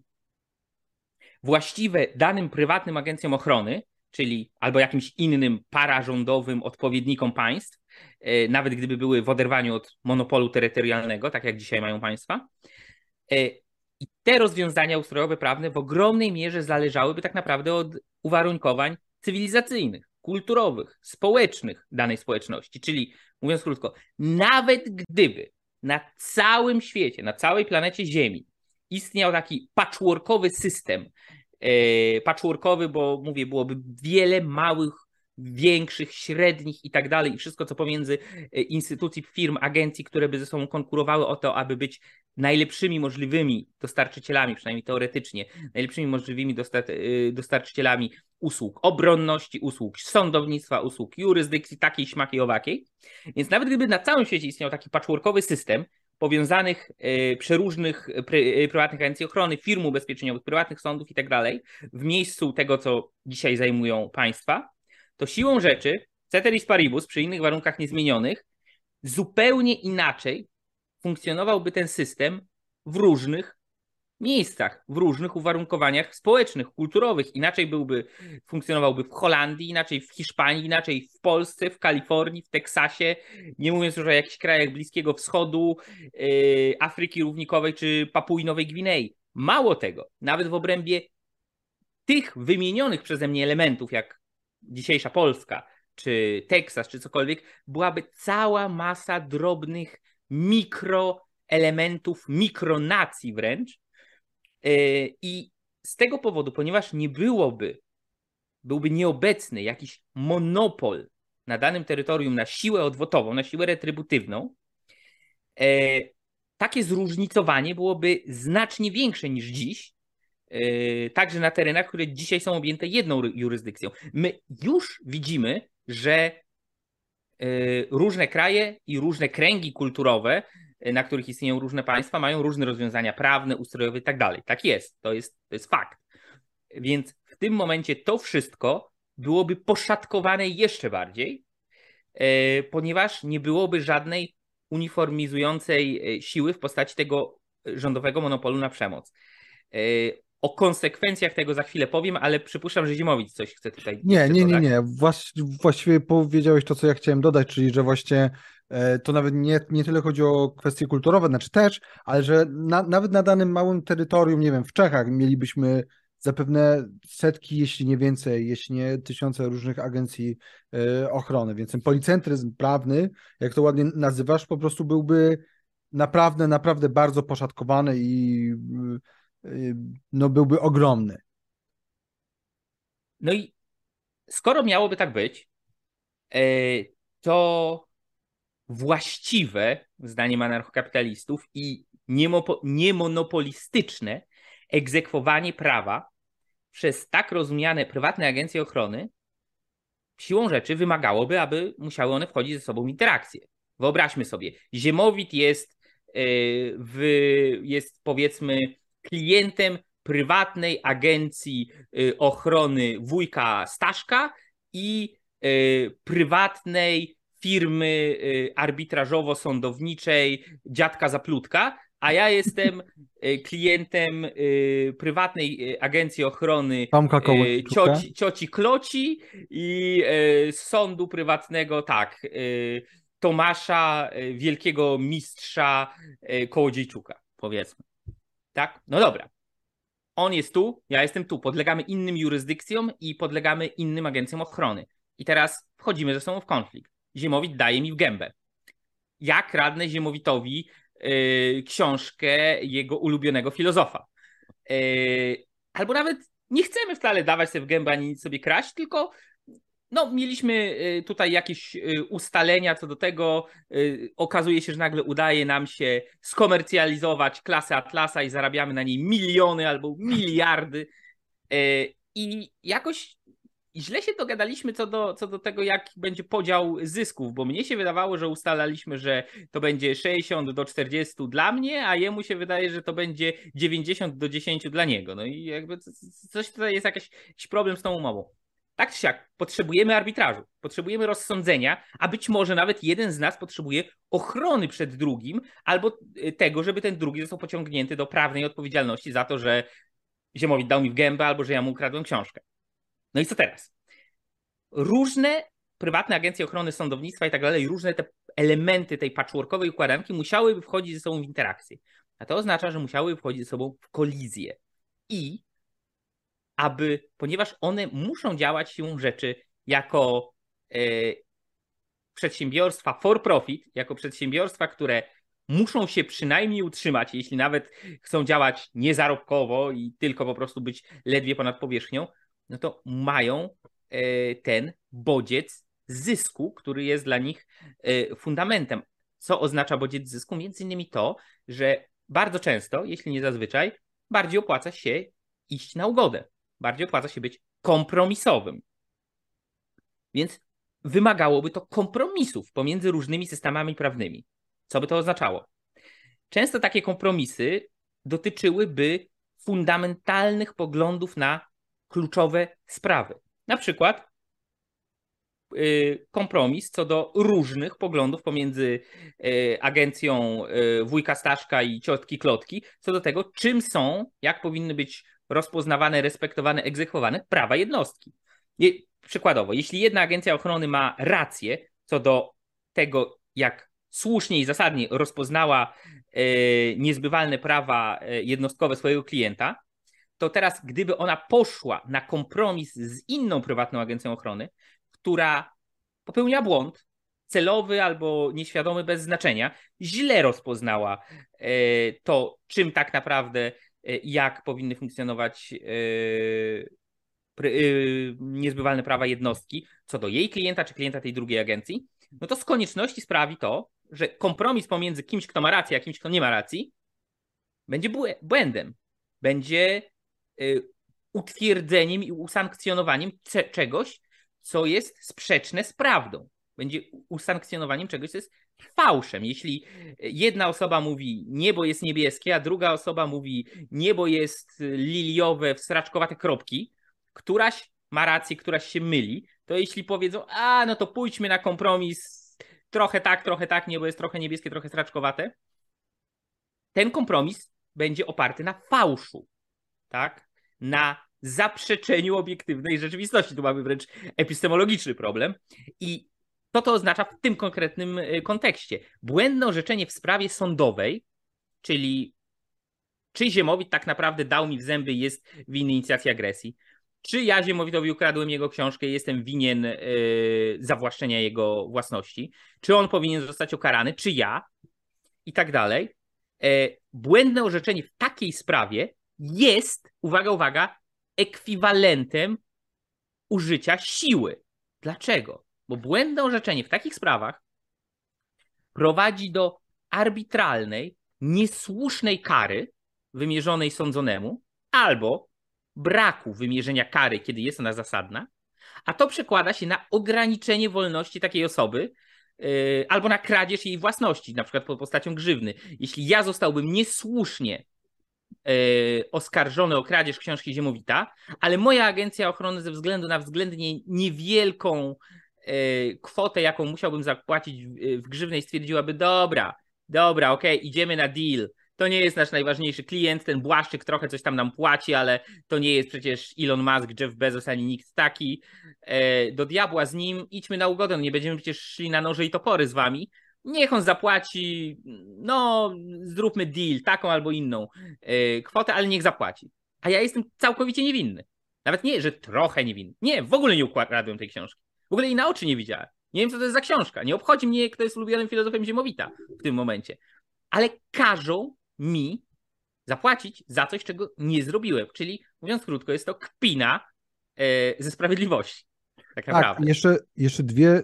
właściwe danym prywatnym agencjom ochrony, czyli albo jakimś innym pararządowym odpowiednikom państw, e, nawet gdyby były w oderwaniu od monopolu terytorialnego, tak jak dzisiaj mają państwa. E, I te rozwiązania ustrojowe prawne w ogromnej mierze zależałyby tak naprawdę od uwarunkowań cywilizacyjnych, kulturowych, społecznych danej społeczności. Czyli mówiąc krótko, nawet gdyby na całym świecie, na całej planecie Ziemi istniał taki patchworkowy system, e, patchworkowy, bo mówię, byłoby wiele małych, większych, średnich i tak dalej i wszystko co pomiędzy instytucji, firm, agencji, które by ze sobą konkurowały o to, aby być najlepszymi możliwymi dostarczycielami, przynajmniej teoretycznie, najlepszymi możliwymi dostarczycielami usług obronności, usług sądownictwa, usług jurysdykcji, takiej, śmakiej, owakiej. Więc nawet gdyby na całym świecie istniał taki patchworkowy system powiązanych y, przeróżnych pry, prywatnych agencji ochrony, firm ubezpieczeniowych, prywatnych sądów i tak dalej, w miejscu tego, co dzisiaj zajmują państwa, to siłą rzeczy, ceteris paribus, przy innych warunkach niezmienionych, zupełnie inaczej funkcjonowałby ten system w różnych miejscach, w różnych uwarunkowaniach społecznych, kulturowych. Inaczej byłby, funkcjonowałby w Holandii, inaczej w Hiszpanii, inaczej w Polsce, w Kalifornii, w Teksasie, nie mówiąc już o jakichś krajach Bliskiego Wschodu, yy, Afryki Równikowej czy Papui Nowej Gwinei. Mało tego, nawet w obrębie tych wymienionych przeze mnie elementów, jak dzisiejsza Polska, czy Teksas, czy cokolwiek, byłaby cała masa drobnych mikroelementów, mikronacji wręcz. I z tego powodu, ponieważ nie byłoby, byłby nieobecny jakiś monopol na danym terytorium na siłę odwrotową, na siłę retrybutywną, takie zróżnicowanie byłoby znacznie większe niż dziś, także na terenach, które dzisiaj są objęte jedną jurysdykcją. My już widzimy, że różne kraje i różne kręgi kulturowe na których istnieją różne państwa, mają różne rozwiązania prawne, ustrojowe i tak dalej. Tak jest, to jest, to jest fakt. Więc w tym momencie to wszystko byłoby poszatkowane jeszcze bardziej, ponieważ nie byłoby żadnej uniformizującej siły w postaci tego rządowego monopolu na przemoc. O konsekwencjach tego za chwilę powiem, ale przypuszczam, że Ziemowicz coś chce tutaj Nie, jeszcze nie, nie, dodać. nie. Właś, właściwie powiedziałeś to, co ja chciałem dodać, czyli że właśnie e, to nawet nie, nie tyle chodzi o kwestie kulturowe, znaczy też, ale że na, nawet na danym małym terytorium, nie wiem, w Czechach mielibyśmy zapewne setki, jeśli nie więcej, jeśli nie tysiące różnych agencji e, ochrony, więc ten policentryzm prawny, jak to ładnie nazywasz, po prostu byłby naprawdę, naprawdę bardzo poszatkowany i e, no, byłby ogromny. No i skoro miałoby tak być, to właściwe, zdaniem anarchokapitalistów, i niemonopolistyczne egzekwowanie prawa przez tak rozumiane prywatne agencje ochrony siłą rzeczy wymagałoby, aby musiały one wchodzić ze sobą w interakcję. Wyobraźmy sobie, Ziemowit jest, w, jest powiedzmy klientem prywatnej agencji ochrony wujka Staszka i prywatnej firmy arbitrażowo-sądowniczej dziadka Zaplutka, a ja jestem klientem prywatnej agencji ochrony cioci, cioci Kloci i sądu prywatnego, tak, Tomasza, wielkiego mistrza Kołodziejczuka, powiedzmy. Tak? No dobra. On jest tu, ja jestem tu. Podlegamy innym jurysdykcjom i podlegamy innym agencjom ochrony. I teraz wchodzimy ze sobą w konflikt. Ziemowit daje mi w gębę. Ja kradnę Ziemowitowi yy, książkę jego ulubionego filozofa. Yy, albo nawet nie chcemy wcale dawać sobie w gębę ani nic sobie kraść, tylko no, mieliśmy tutaj jakieś ustalenia co do tego. Okazuje się, że nagle udaje nam się skomercjalizować klasę Atlasa i zarabiamy na niej miliony albo miliardy. I jakoś źle się dogadaliśmy co do, co do tego, jak będzie podział zysków, bo mnie się wydawało, że ustalaliśmy, że to będzie sześćdziesiąt do czterdziestu dla mnie, a jemu się wydaje, że to będzie dziewięćdziesiąt do dziesięciu dla niego. No i jakby coś tutaj jest jakiś, jakiś problem z tą umową. Tak czy siak, potrzebujemy arbitrażu, potrzebujemy rozsądzenia, a być może nawet jeden z nas potrzebuje ochrony przed drugim, albo tego, żeby ten drugi został pociągnięty do prawnej odpowiedzialności za to, że Ziemowit dał mi w gębę, albo że ja mu ukradłem książkę. No i co teraz? Różne prywatne agencje ochrony sądownictwa i tak dalej, różne te elementy tej patchworkowej układanki musiałyby wchodzić ze sobą w interakcję. A to oznacza, że musiałyby wchodzić ze sobą w kolizję. I aby, ponieważ one muszą działać siłą rzeczy jako e, przedsiębiorstwa for profit, jako przedsiębiorstwa, które muszą się przynajmniej utrzymać, jeśli nawet chcą działać niezarobkowo i tylko po prostu być ledwie ponad powierzchnią, no to mają e, ten bodziec zysku, który jest dla nich e, fundamentem. Co oznacza bodziec zysku? Między innymi to, że bardzo często, jeśli nie zazwyczaj, bardziej opłaca się iść na ugodę. Bardziej opłaca się być kompromisowym. Więc wymagałoby to kompromisów pomiędzy różnymi systemami prawnymi. Co by to oznaczało? Często takie kompromisy dotyczyłyby fundamentalnych poglądów na kluczowe sprawy. Na przykład yy, kompromis co do różnych poglądów pomiędzy yy, agencją yy, wujka Staszka i ciotki Klotki, co do tego, czym są, jak powinny być rozpoznawane, respektowane, egzekwowane prawa jednostki. Je, przykładowo, jeśli jedna agencja ochrony ma rację co do tego, jak słusznie i zasadnie rozpoznała e, niezbywalne prawa jednostkowe swojego klienta, to teraz gdyby ona poszła na kompromis z inną prywatną agencją ochrony, która popełnia błąd celowy albo nieświadomy bez znaczenia, źle rozpoznała e, to, czym tak naprawdę jak powinny funkcjonować yy, yy, niezbywalne prawa jednostki co do jej klienta czy klienta tej drugiej agencji, no to z konieczności sprawi to, że kompromis pomiędzy kimś, kto ma rację, a kimś, kto nie ma racji, będzie błędem. Będzie yy, utwierdzeniem i usankcjonowaniem czegoś, co jest sprzeczne z prawdą. Będzie usankcjonowaniem czegoś, co jest fałszem. Jeśli jedna osoba mówi niebo jest niebieskie, a druga osoba mówi niebo jest liliowe, wsraczkowate kropki, któraś ma rację, któraś się myli, to jeśli powiedzą, a no to pójdźmy na kompromis, trochę tak, trochę tak, niebo jest trochę niebieskie, trochę straczkowate, ten kompromis będzie oparty na fałszu, tak? Na zaprzeczeniu obiektywnej rzeczywistości. Tu mamy wręcz epistemologiczny problem. I co to oznacza w tym konkretnym kontekście? Błędne orzeczenie w sprawie sądowej, czyli czy Ziemowit tak naprawdę dał mi w zęby, jest winny inicjacji agresji, czy ja Ziemowitowi ukradłem jego książkę i jestem winien yy, zawłaszczenia jego własności, czy on powinien zostać ukarany, czy ja, i tak dalej. Yy, błędne orzeczenie w takiej sprawie jest, uwaga, uwaga, ekwiwalentem użycia siły. Dlaczego? Bo błędne orzeczenie w takich sprawach prowadzi do arbitralnej, niesłusznej kary wymierzonej sądzonemu, albo braku wymierzenia kary, kiedy jest ona zasadna, a to przekłada się na ograniczenie wolności takiej osoby, yy, albo na kradzież jej własności, na przykład pod postacią grzywny. Jeśli ja zostałbym niesłusznie yy, oskarżony o kradzież książki Ziemowita, ale moja agencja ochrony ze względu na względnie niewielką yy, kwotę, jaką musiałbym zapłacić w, w grzywnej, stwierdziłaby, dobra, dobra, okej, okay, idziemy na deal. To nie jest nasz najważniejszy klient, ten Błaszczyk trochę coś tam nam płaci, ale to nie jest przecież Elon Musk, Jeff Bezos, ani nikt taki. Do diabła z nim, idźmy na ugodę, no nie będziemy przecież szli na noże i topory z wami. Niech on zapłaci, no zróbmy deal, taką albo inną kwotę, ale niech zapłaci. A ja jestem całkowicie niewinny. Nawet nie, że trochę niewinny. Nie, w ogóle nie ukradłem tej książki. W ogóle jej na oczy nie widziałem. Nie wiem, co to jest za książka. Nie obchodzi mnie, kto jest ulubionym filozofem Ziemowita w tym momencie. Ale każą mi zapłacić za coś, czego nie zrobiłem. Czyli, mówiąc krótko, jest to kpina yy, ze sprawiedliwości. Tak naprawdę. Tak, jeszcze, jeszcze dwie,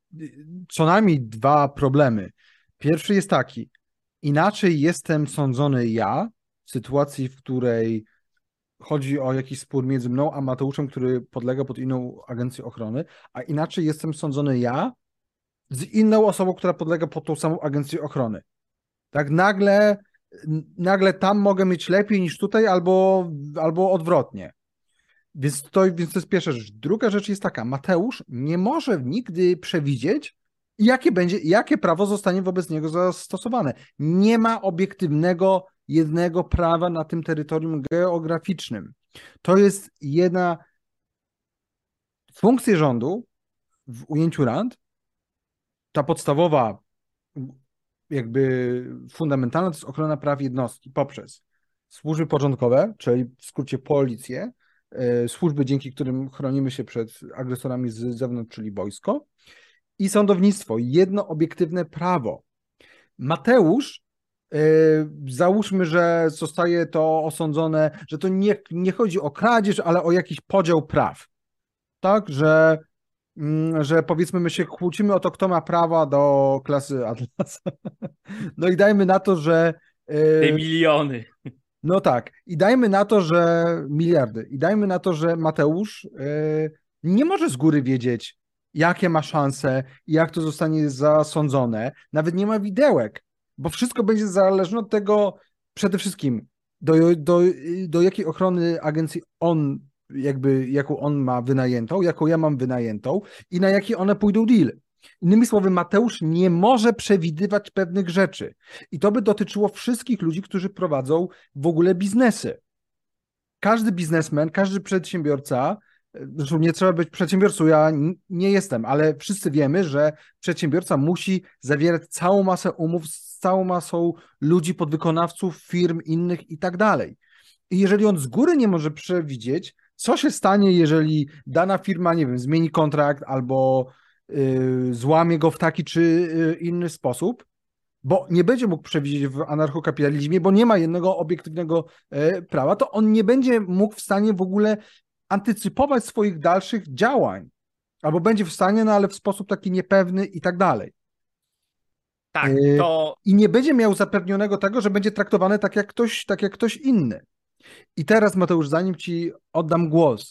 co najmniej dwa problemy. Pierwszy jest taki, inaczej jestem sądzony ja w sytuacji, w której chodzi o jakiś spór między mną a Mateuszem, który podlega pod inną agencję ochrony, a inaczej jestem sądzony ja z inną osobą, która podlega pod tą samą agencję ochrony. Tak nagle, nagle tam mogę mieć lepiej niż tutaj, albo, albo odwrotnie. Więc to, więc to jest pierwsza rzecz. Druga rzecz jest taka, Mateusz nie może nigdy przewidzieć, jakie będzie, jakie prawo zostanie wobec niego zastosowane. Nie ma obiektywnego, jednego prawa na tym terytorium geograficznym. To jest jedna funkcja rządu w ujęciu rand, ta podstawowa, jakby fundamentalna, to jest ochrona praw jednostki poprzez służby porządkowe, czyli w skrócie policję, służby, dzięki którym chronimy się przed agresorami z zewnątrz, czyli wojsko, i sądownictwo, jedno obiektywne prawo. Mateusz, yy, załóżmy, że zostaje to osądzone, że to nie, nie chodzi o kradzież, ale o jakiś podział praw. Tak, że, yy, że powiedzmy my się kłócimy o to, kto ma prawa do klasy Atlas. No i dajmy na to, że... Yy, Te miliony. No tak, i dajmy na to, że miliardy, i dajmy na to, że Mateusz yy, nie może z góry wiedzieć, jakie ma szanse i jak to zostanie zasądzone. Nawet nie ma widełek, bo wszystko będzie zależne od tego przede wszystkim, do, do, do jakiej ochrony agencji on, jakby, jaką on ma wynajętą, jaką ja mam wynajętą i na jaki one pójdą deal. Innymi słowy, Mateusz nie może przewidywać pewnych rzeczy. I to by dotyczyło wszystkich ludzi, którzy prowadzą w ogóle biznesy. Każdy biznesmen, każdy przedsiębiorca, zresztą nie trzeba być przedsiębiorcą, ja nie jestem, ale wszyscy wiemy, że przedsiębiorca musi zawierać całą masę umów z całą masą ludzi, podwykonawców, firm innych i tak dalej. I jeżeli on z góry nie może przewidzieć, co się stanie, jeżeli dana firma, nie wiem, zmieni kontrakt albo Yy, złamie go w taki czy yy, inny sposób, bo nie będzie mógł przewidzieć w anarchokapitalizmie, bo nie ma jednego obiektywnego yy, prawa, to on nie będzie mógł w stanie w ogóle antycypować swoich dalszych działań. Albo będzie w stanie, no ale w sposób taki niepewny i tak dalej. Tak, to... Yy, I nie będzie miał zapewnionego tego, że będzie traktowany tak jak ktoś, tak jak ktoś inny. I teraz, Mateusz, zanim ci oddam głos,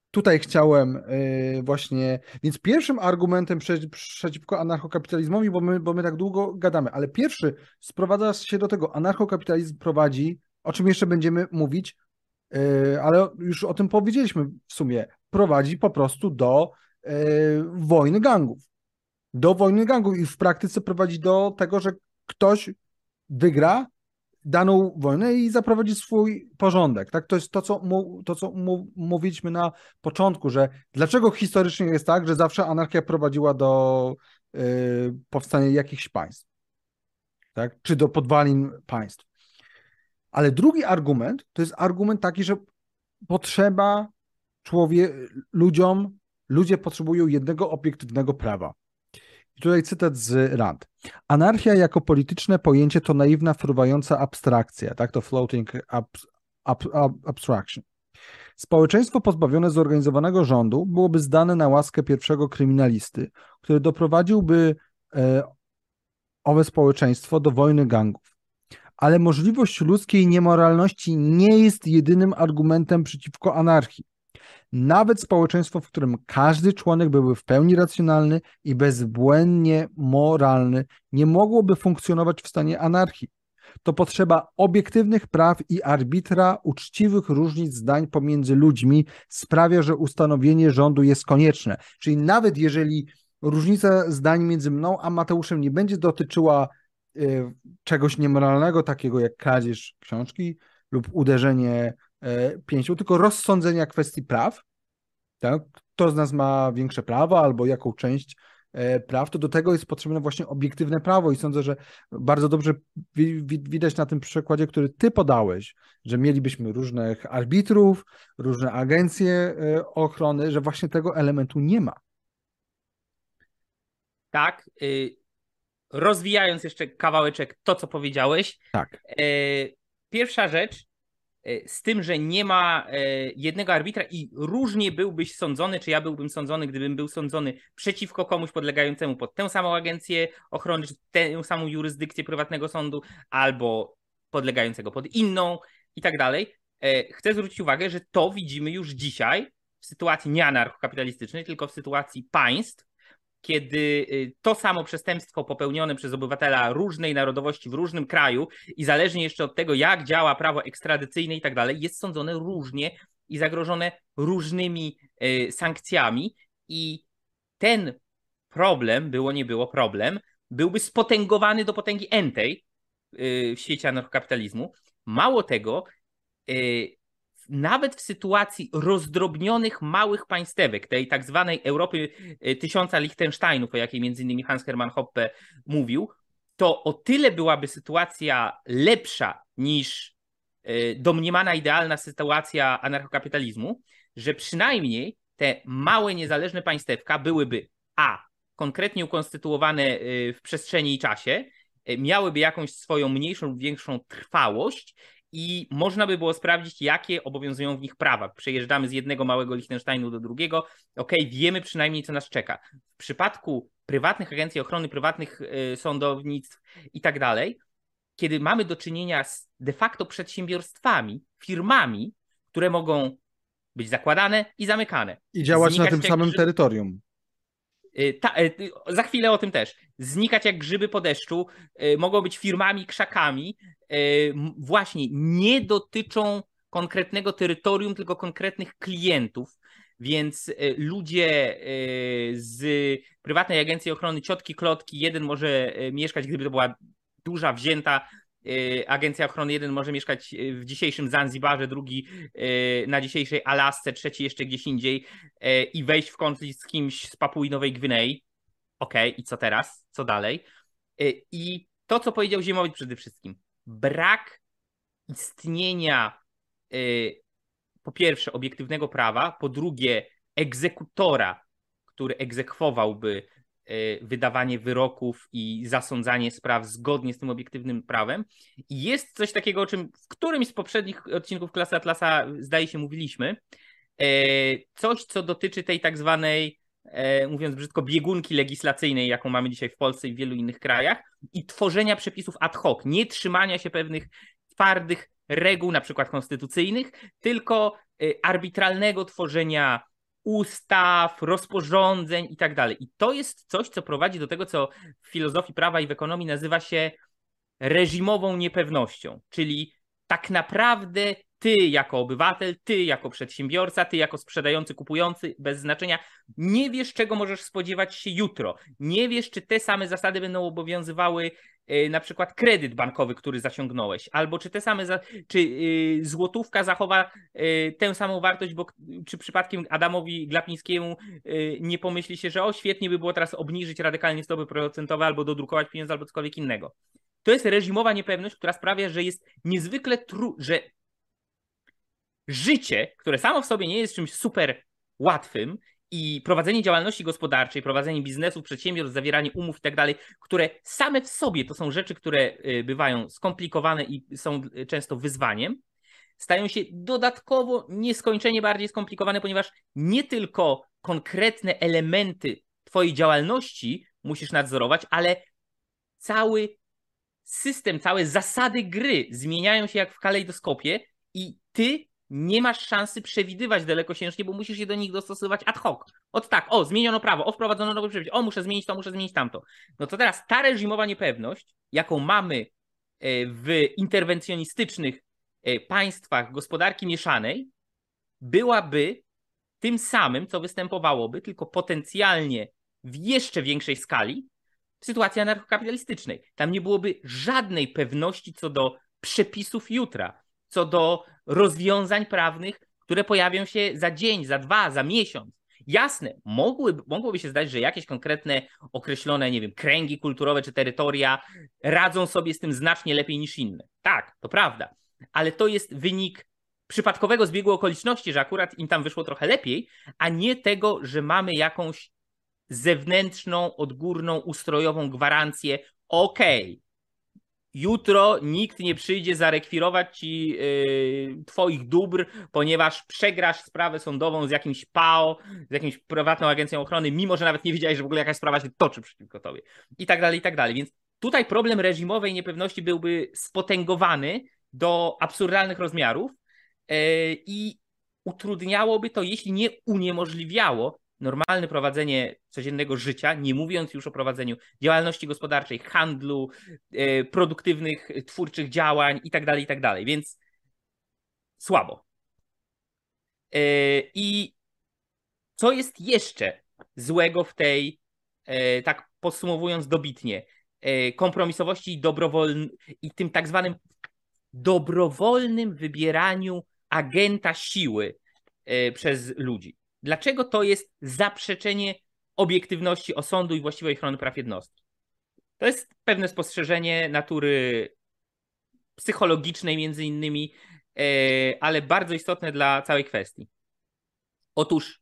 tutaj chciałem yy, właśnie, więc pierwszym argumentem prze, przeciwko anarchokapitalizmowi, bo my, bo my tak długo gadamy, ale pierwszy sprowadza się do tego, anarchokapitalizm prowadzi, o czym jeszcze będziemy mówić, yy, ale już o tym powiedzieliśmy w sumie, prowadzi po prostu do yy, wojny gangów. Do wojny gangów i w praktyce prowadzi do tego, że ktoś wygra daną wojnę i zaprowadzi swój porządek. Tak? To jest to, co, mu, to, co mu, mówiliśmy na początku, że dlaczego historycznie jest tak, że zawsze anarchia prowadziła do y, powstania jakichś państw, tak? Czy do podwalin państw. Ale drugi argument to jest argument taki, że potrzeba człowiek, ludziom, ludzie potrzebują jednego obiektywnego prawa. I tutaj cytat z Rand. Anarchia jako polityczne pojęcie to naiwna, fruwająca abstrakcja, tak? To floating ab, ab, ab, abstraction. Społeczeństwo pozbawione zorganizowanego rządu byłoby zdane na łaskę pierwszego kryminalisty, który doprowadziłby e, owe społeczeństwo do wojny gangów. Ale możliwość ludzkiej niemoralności nie jest jedynym argumentem przeciwko anarchii. Nawet społeczeństwo, w którym każdy członek byłby w pełni racjonalny i bezbłędnie moralny, nie mogłoby funkcjonować w stanie anarchii. To potrzeba obiektywnych praw i arbitra uczciwych różnic zdań pomiędzy ludźmi sprawia, że ustanowienie rządu jest konieczne. Czyli nawet jeżeli różnica zdań między mną a Mateuszem nie będzie dotyczyła y, czegoś niemoralnego, takiego jak kradzież książki lub uderzenie pięścią, tylko rozsądzenia kwestii praw, tak? Kto z nas ma większe prawa albo jaką część praw, to do tego jest potrzebne właśnie obiektywne prawo i sądzę, że bardzo dobrze wi- wi- widać na tym przykładzie, który ty podałeś, że mielibyśmy różnych arbitrów, różne agencje ochrony, że właśnie tego elementu nie ma. Tak. Y- rozwijając jeszcze kawałeczek to, co powiedziałeś. Tak. Y- pierwsza rzecz, z tym, że nie ma jednego arbitra i różnie byłbyś sądzony, czy ja byłbym sądzony, gdybym był sądzony przeciwko komuś podlegającemu pod tę samą agencję ochrony, czy tę samą jurysdykcję prywatnego sądu, albo podlegającego pod inną i tak dalej. Chcę zwrócić uwagę, że to widzimy już dzisiaj w sytuacji nie anarchokapitalistycznej, tylko w sytuacji państw, kiedy to samo przestępstwo popełnione przez obywatela różnej narodowości w różnym kraju i zależnie jeszcze od tego, jak działa prawo ekstradycyjne i tak dalej, jest sądzone różnie i zagrożone różnymi sankcjami i ten problem, było nie było problem, byłby spotęgowany do potęgi entej w świecie anarchokapitalizmu. Mało tego, nawet w sytuacji rozdrobnionych małych państewek, tej tak zwanej Europy tysiąca Liechtensteinów, o jakiej między innymi Hans-Hermann Hoppe mówił, to o tyle byłaby sytuacja lepsza niż domniemana idealna sytuacja anarchokapitalizmu, że przynajmniej te małe, niezależne państewka byłyby a. konkretnie ukonstytuowane w przestrzeni i czasie, miałyby jakąś swoją mniejszą lub większą trwałość i można by było sprawdzić, jakie obowiązują w nich prawa. Przejeżdżamy z jednego małego Liechtensteinu do drugiego. Okej, okay, wiemy przynajmniej, co nas czeka. W przypadku prywatnych agencji ochrony, prywatnych y, sądownictw i tak dalej, kiedy mamy do czynienia z de facto przedsiębiorstwami, firmami, które mogą być zakładane i zamykane. I działać Znikać na tym samym grzyby... terytorium. Ta, za chwilę o tym też. Znikać jak grzyby po deszczu, mogą być firmami, krzakami, właśnie nie dotyczą konkretnego terytorium, tylko konkretnych klientów, więc ludzie z prywatnej agencji ochrony ciotki, klotki, jeden może mieszkać, gdyby to była duża, wzięta agencja ochrony, jeden może mieszkać w dzisiejszym Zanzibarze, drugi na dzisiejszej Alasce, trzeci jeszcze gdzieś indziej i wejść w konflikt z kimś z Papui Nowej Gwinei. Okej, okay, i co teraz? Co dalej? I to, co powiedział Ziemowit przede wszystkim. Brak istnienia po pierwsze obiektywnego prawa, po drugie egzekutora, który egzekwowałby wydawanie wyroków i zasądzanie spraw zgodnie z tym obiektywnym prawem. I jest coś takiego, o czym w którymś z poprzednich odcinków Klasy Atlasa zdaje się mówiliśmy. Coś, co dotyczy tej tak zwanej, mówiąc brzydko, biegunki legislacyjnej, jaką mamy dzisiaj w Polsce i w wielu innych krajach i tworzenia przepisów ad hoc, nie trzymania się pewnych twardych reguł, na przykład konstytucyjnych, tylko arbitralnego tworzenia ustaw, rozporządzeń i tak dalej. I to jest coś, co prowadzi do tego, co w filozofii prawa i w ekonomii nazywa się reżimową niepewnością, czyli tak naprawdę ty jako obywatel, ty jako przedsiębiorca, ty jako sprzedający, kupujący, bez znaczenia, nie wiesz, czego możesz spodziewać się jutro. Nie wiesz, czy te same zasady będą obowiązywały yy, na przykład kredyt bankowy, który zasiągnąłeś, albo czy te same, za... czy yy, złotówka zachowa yy, tę samą wartość, bo czy przypadkiem Adamowi Glapińskiemu yy, nie pomyśli się, że o, świetnie by było teraz obniżyć radykalnie stopy procentowe, albo dodrukować pieniądze, albo cokolwiek innego. To jest reżimowa niepewność, która sprawia, że jest niezwykle trudne, że życie, które samo w sobie nie jest czymś super łatwym i prowadzenie działalności gospodarczej, prowadzenie biznesów, przedsiębiorstw, zawieranie umów i tak dalej, które same w sobie to są rzeczy, które bywają skomplikowane i są często wyzwaniem, stają się dodatkowo nieskończenie bardziej skomplikowane, ponieważ nie tylko konkretne elementy twojej działalności musisz nadzorować, ale cały system, całe zasady gry zmieniają się jak w kalejdoskopie i ty nie masz szansy przewidywać dalekosiężnie, bo musisz się do nich dostosować ad hoc. Od tak, o, zmieniono prawo, o, wprowadzono nowe przepisy, o, muszę zmienić to, muszę zmienić tamto. No to teraz ta reżimowa niepewność, jaką mamy w interwencjonistycznych państwach gospodarki mieszanej, byłaby tym samym, co występowałoby, tylko potencjalnie w jeszcze większej skali, w sytuacji anarchokapitalistycznej. Tam nie byłoby żadnej pewności co do przepisów jutra, co do rozwiązań prawnych, które pojawią się za dzień, za dwa, za miesiąc. Jasne, mogły, mogłoby się zdać, że jakieś konkretne, określone, nie wiem, kręgi kulturowe czy terytoria radzą sobie z tym znacznie lepiej niż inne. Tak, to prawda, ale to jest wynik przypadkowego zbiegu okoliczności, że akurat im tam wyszło trochę lepiej, a nie tego, że mamy jakąś zewnętrzną, odgórną, ustrojową gwarancję, okej, okay, jutro nikt nie przyjdzie zarekwirować ci yy, twoich dóbr, ponieważ przegrasz sprawę sądową z jakimś P A O, z jakimś prywatną agencją ochrony, mimo że nawet nie wiedziałeś, że w ogóle jakaś sprawa się toczy przeciwko tobie. I tak dalej, i tak dalej. Więc tutaj problem reżimowej niepewności byłby spotęgowany do absurdalnych rozmiarów yy, i utrudniałoby to, jeśli nie uniemożliwiało, normalne prowadzenie codziennego życia, nie mówiąc już o prowadzeniu działalności gospodarczej, handlu, e, produktywnych, twórczych działań i tak dalej, i tak dalej. Więc słabo. E, I co jest jeszcze złego w tej, e, tak podsumowując dobitnie, e, kompromisowości i, dobrowoln- i tym tak zwanym dobrowolnym wybieraniu agenta siły e, przez ludzi. Dlaczego to jest zaprzeczenie obiektywności osądu i właściwej ochrony praw jednostki? To jest pewne spostrzeżenie natury psychologicznej między innymi, ale bardzo istotne dla całej kwestii. Otóż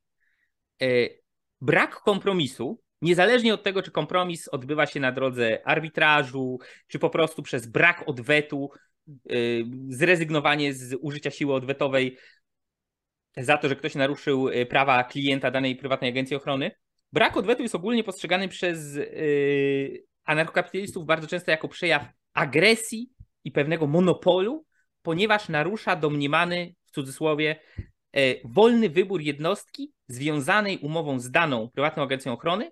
brak kompromisu, niezależnie od tego, czy kompromis odbywa się na drodze arbitrażu, czy po prostu przez brak odwetu, zrezygnowanie z użycia siły odwetowej za to, że ktoś naruszył prawa klienta danej prywatnej agencji ochrony. Brak odwetu jest ogólnie postrzegany przez yy, anarchokapitalistów bardzo często jako przejaw agresji i pewnego monopolu, ponieważ narusza domniemany, w cudzysłowie, yy, wolny wybór jednostki związanej umową z daną prywatną agencją ochrony.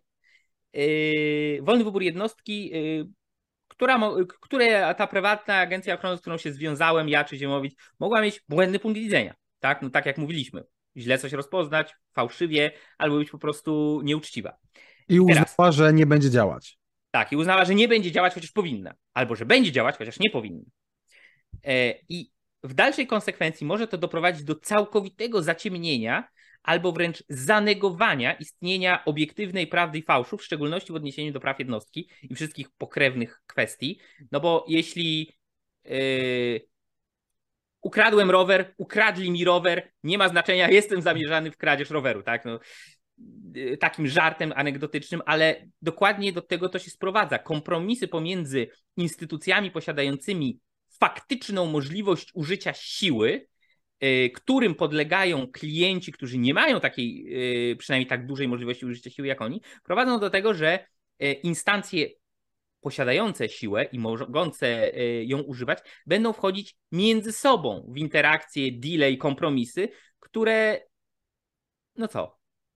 Yy, wolny wybór jednostki, yy, która, które ta prywatna agencja ochrony, z którą się związałem, ja czy Ziemowicz, mogła mieć błędny punkt widzenia. Tak, no tak jak mówiliśmy, źle coś rozpoznać, fałszywie, albo być po prostu nieuczciwa. I, I uznała, teraz, że nie będzie działać. Tak, i uznała, że nie będzie działać, chociaż powinna, albo że będzie działać, chociaż nie powinna. E, I w dalszej konsekwencji może to doprowadzić do całkowitego zaciemnienia albo wręcz zanegowania istnienia obiektywnej prawdy i fałszu, w szczególności w odniesieniu do praw jednostki i wszystkich pokrewnych kwestii, no bo jeśli yy, ukradłem rower, ukradli mi rower, nie ma znaczenia, jestem zamierzany w kradzież roweru, tak? No, takim żartem anegdotycznym, ale dokładnie do tego to się sprowadza. Kompromisy pomiędzy instytucjami posiadającymi faktyczną możliwość użycia siły, którym podlegają klienci, którzy nie mają takiej, przynajmniej tak dużej możliwości użycia siły jak oni, prowadzą do tego, że instancje posiadające siłę i mogące ją używać, będą wchodzić między sobą w interakcje, deale i kompromisy, które, no co,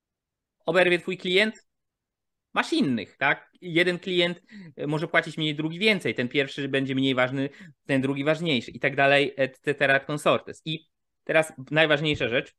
oberwie twój klient, masz innych, tak? Jeden klient może płacić mniej, drugi więcej, ten pierwszy będzie mniej ważny, ten drugi ważniejszy i tak dalej, et cetera et consortes. I teraz najważniejsza rzecz,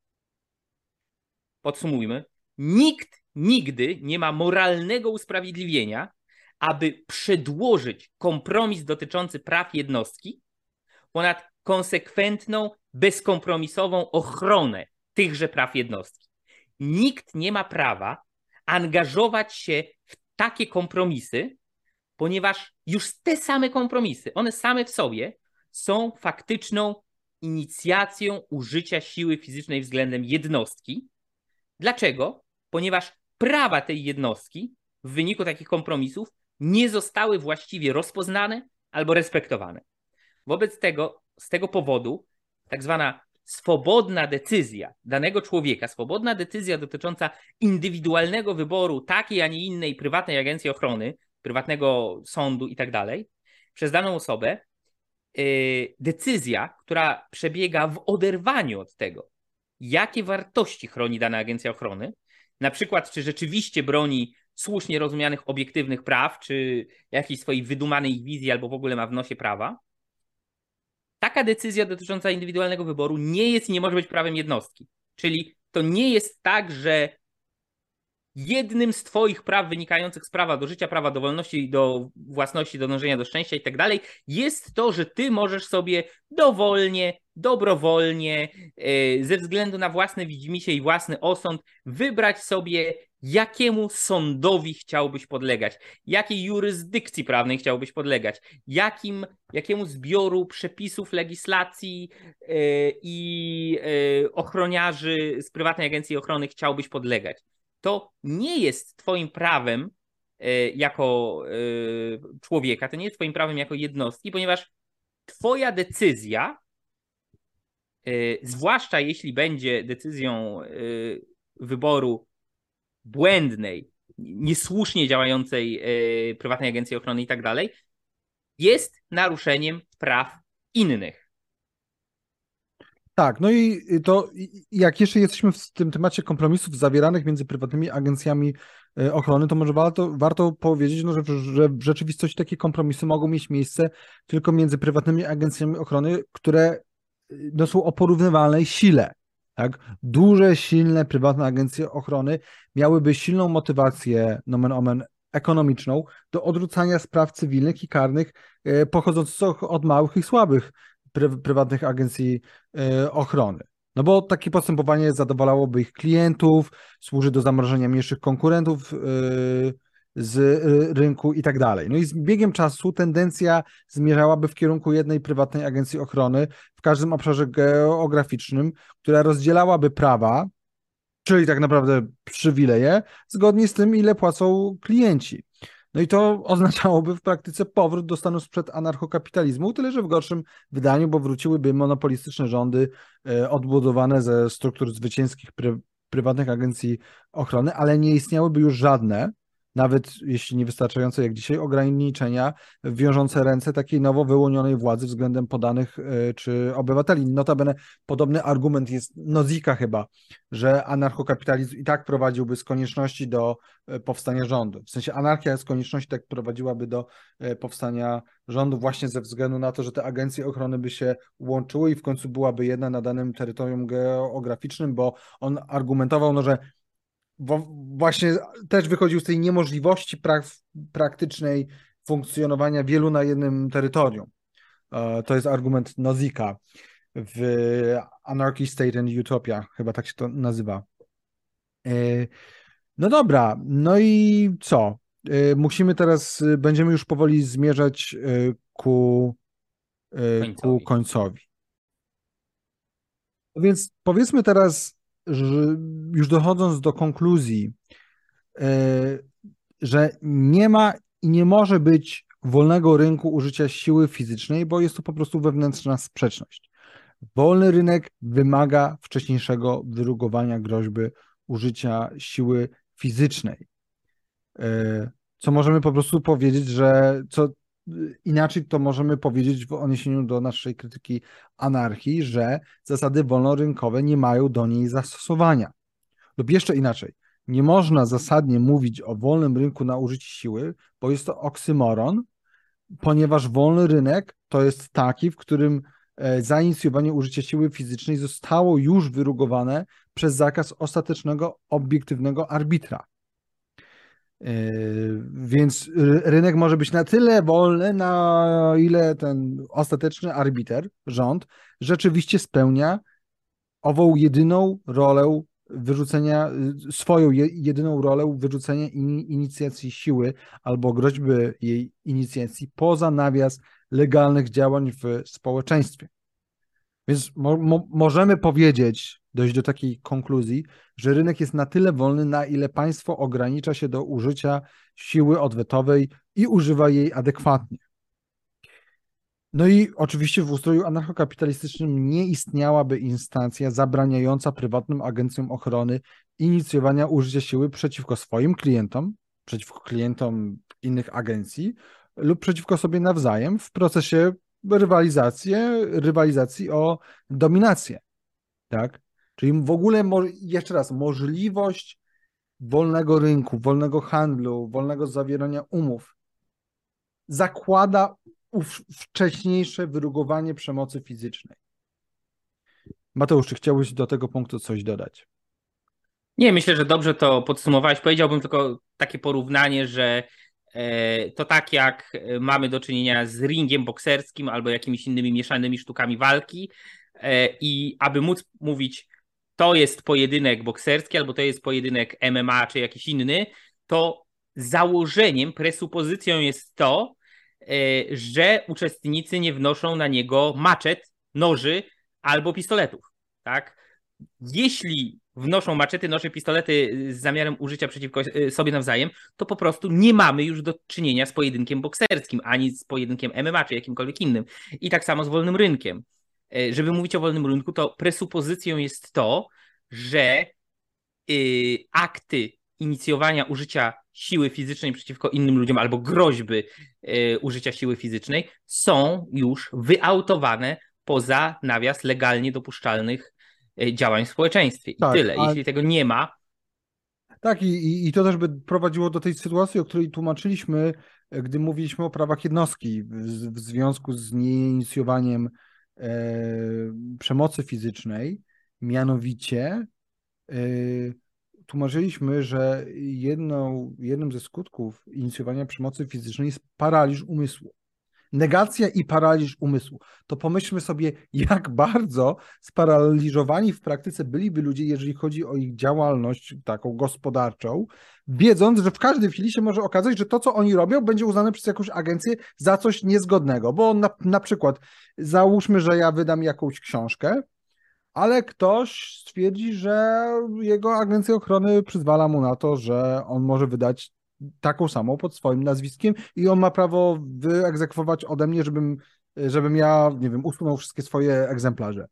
podsumujmy, nikt nigdy nie ma moralnego usprawiedliwienia, aby przedłożyć kompromis dotyczący praw jednostki ponad konsekwentną, bezkompromisową ochronę tychże praw jednostki. Nikt nie ma prawa angażować się w takie kompromisy, ponieważ już te same kompromisy, one same w sobie są faktyczną inicjacją użycia siły fizycznej względem jednostki. Dlaczego? Ponieważ prawa tej jednostki w wyniku takich kompromisów nie zostały właściwie rozpoznane albo respektowane. Wobec tego, z tego powodu, tak zwana swobodna decyzja danego człowieka, swobodna decyzja dotycząca indywidualnego wyboru takiej, a nie innej prywatnej agencji ochrony, prywatnego sądu i tak dalej, przez daną osobę, yy, decyzja, która przebiega w oderwaniu od tego, jakie wartości chroni dana agencja ochrony, na przykład czy rzeczywiście broni słusznie rozumianych obiektywnych praw, czy jakiejś swojej wydumanej wizji, albo w ogóle ma w nosie prawa, taka decyzja dotycząca indywidualnego wyboru nie jest i nie może być prawem jednostki. Czyli to nie jest tak, że jednym z twoich praw wynikających z prawa do życia, prawa do wolności, do własności, do dążenia do szczęścia i tak dalej, jest to, że ty możesz sobie dowolnie, dobrowolnie, ze względu na własne widzimisię i własny osąd wybrać sobie, jakiemu sądowi chciałbyś podlegać, jakiej jurysdykcji prawnej chciałbyś podlegać, jakim, jakiemu zbioru przepisów legislacji i ochroniarzy z prywatnej agencji ochrony chciałbyś podlegać. To nie jest twoim prawem jako człowieka, to nie jest twoim prawem jako jednostki, ponieważ twoja decyzja, zwłaszcza jeśli będzie decyzją wyboru błędnej, niesłusznie działającej prywatnej agencji ochrony i tak dalej, jest naruszeniem praw innych. Tak, no i to jak jeszcze jesteśmy w tym temacie kompromisów zawieranych między prywatnymi agencjami ochrony, to może warto, warto powiedzieć, no, że, że w rzeczywistości takie kompromisy mogą mieć miejsce tylko między prywatnymi agencjami ochrony, które no, są o porównywalnej sile. Tak? Duże, silne prywatne agencje ochrony miałyby silną motywację, nomen omen, ekonomiczną do odrzucania spraw cywilnych i karnych pochodzących od małych i słabych pry- prywatnych agencji ochrony. No bo takie postępowanie zadowalałoby ich klientów, służy do zamrożenia mniejszych konkurentów z rynku i tak dalej. No i z biegiem czasu tendencja zmierzałaby w kierunku jednej prywatnej agencji ochrony w każdym obszarze geograficznym, która rozdzielałaby prawa, czyli tak naprawdę przywileje, zgodnie z tym, ile płacą klienci. No i to oznaczałoby w praktyce powrót do stanu sprzed anarchokapitalizmu, tyle że w gorszym wydaniu, bo wróciłyby monopolistyczne rządy odbudowane ze struktur zwycięskich pry, prywatnych agencji ochrony, ale nie istniałyby już żadne, nawet jeśli niewystarczające jak dzisiaj, ograniczenia wiążące ręce takiej nowo wyłonionej władzy względem podanych czy obywateli. Notabene podobny argument jest Nozika chyba, że anarchokapitalizm i tak prowadziłby z konieczności do powstania rządu. W sensie anarchia z konieczności tak prowadziłaby do powstania rządu właśnie ze względu na to, że te agencje ochrony by się łączyły i w końcu byłaby jedna na danym terytorium geograficznym, bo on argumentował, no, że Bo właśnie też wychodził z tej niemożliwości prak- praktycznej funkcjonowania wielu na jednym terytorium. To jest argument Nozika w Anarchy, State and Utopia, chyba tak się to nazywa. No dobra, no i co? Musimy teraz, będziemy już powoli zmierzać ku końcowi. Ku końcowi. Więc powiedzmy teraz, że już dochodząc do konkluzji, że nie ma i nie może być wolnego rynku użycia siły fizycznej, bo jest to po prostu wewnętrzna sprzeczność. Wolny rynek wymaga wcześniejszego wyrugowania groźby użycia siły fizycznej. Co możemy po prostu powiedzieć, że co inaczej to możemy powiedzieć w odniesieniu do naszej krytyki anarchii, że zasady wolnorynkowe nie mają do niej zastosowania. Lub jeszcze inaczej, nie można zasadnie mówić o wolnym rynku na użycie siły, bo jest to oksymoron, ponieważ wolny rynek to jest taki, w którym e, zainicjowanie użycia siły fizycznej zostało już wyrugowane przez zakaz ostatecznego, obiektywnego arbitra. E, Więc ry- rynek może być na tyle wolny, na ile ten ostateczny arbiter, rząd, rzeczywiście spełnia ową jedyną rolę wyrzucenia, swoją je, jedyną rolę wyrzucenia in, inicjacji siły albo groźby jej inicjacji poza nawias legalnych działań w społeczeństwie. Więc mo, mo, możemy powiedzieć, dojść do takiej konkluzji, że rynek jest na tyle wolny, na ile państwo ogranicza się do użycia siły odwetowej i używa jej adekwatnie. No i oczywiście w ustroju anarchokapitalistycznym nie istniałaby instancja zabraniająca prywatnym agencjom ochrony inicjowania użycia siły przeciwko swoim klientom, przeciwko klientom innych agencji lub przeciwko sobie nawzajem w procesie rywalizacji, rywalizacji o dominację. Tak? Czyli w ogóle, jeszcze raz, możliwość wolnego rynku, wolnego handlu, wolnego zawierania umów zakłada wcześniejsze wyrugowanie przemocy fizycznej. Mateusz, czy chciałbyś do tego punktu coś dodać? Nie, myślę, że dobrze to podsumowałeś. Powiedziałbym tylko takie porównanie, że e, to tak jak mamy do czynienia z ringiem bokserskim albo jakimiś innymi mieszanymi sztukami walki e, i aby móc mówić, to jest pojedynek bokserski albo to jest pojedynek M M A czy jakiś inny, to założeniem, presupozycją jest to, e, że uczestnicy nie wnoszą na niego maczet, noży albo pistoletów, tak? Jeśli wnoszą maczety, noże, pistolety z zamiarem użycia przeciwko sobie nawzajem, to po prostu nie mamy już do czynienia z pojedynkiem bokserskim, ani z pojedynkiem M M A, czy jakimkolwiek innym. I tak samo z wolnym rynkiem. Żeby mówić o wolnym rynku, to presupozycją jest to, że yy, akty inicjowania użycia siły fizycznej przeciwko innym ludziom albo groźby yy, użycia siły fizycznej są już wyautowane poza nawias legalnie dopuszczalnych działań w społeczeństwie. I tak, tyle. a... Jeśli tego nie ma. Tak, i, i to też by prowadziło do tej sytuacji, o której tłumaczyliśmy, gdy mówiliśmy o prawach jednostki w, w związku z nieinicjowaniem e, przemocy fizycznej. Mianowicie e, tłumaczyliśmy, że jedną, jednym ze skutków inicjowania przemocy fizycznej jest paraliż umysłu. Negacja i paraliż umysłu. To pomyślmy sobie, jak bardzo sparaliżowani w praktyce byliby ludzie, jeżeli chodzi o ich działalność taką gospodarczą, wiedząc, że w każdej chwili się może okazać, że to, co oni robią, będzie uznane przez jakąś agencję za coś niezgodnego. Bo na, na przykład załóżmy, że ja wydam jakąś książkę, ale ktoś stwierdzi, że jego agencja ochrony przyzwala mu na to, że on może wydać taką samą pod swoim nazwiskiem i on ma prawo wyegzekwować ode mnie, żebym, żebym ja, nie wiem, usunął wszystkie swoje egzemplarze.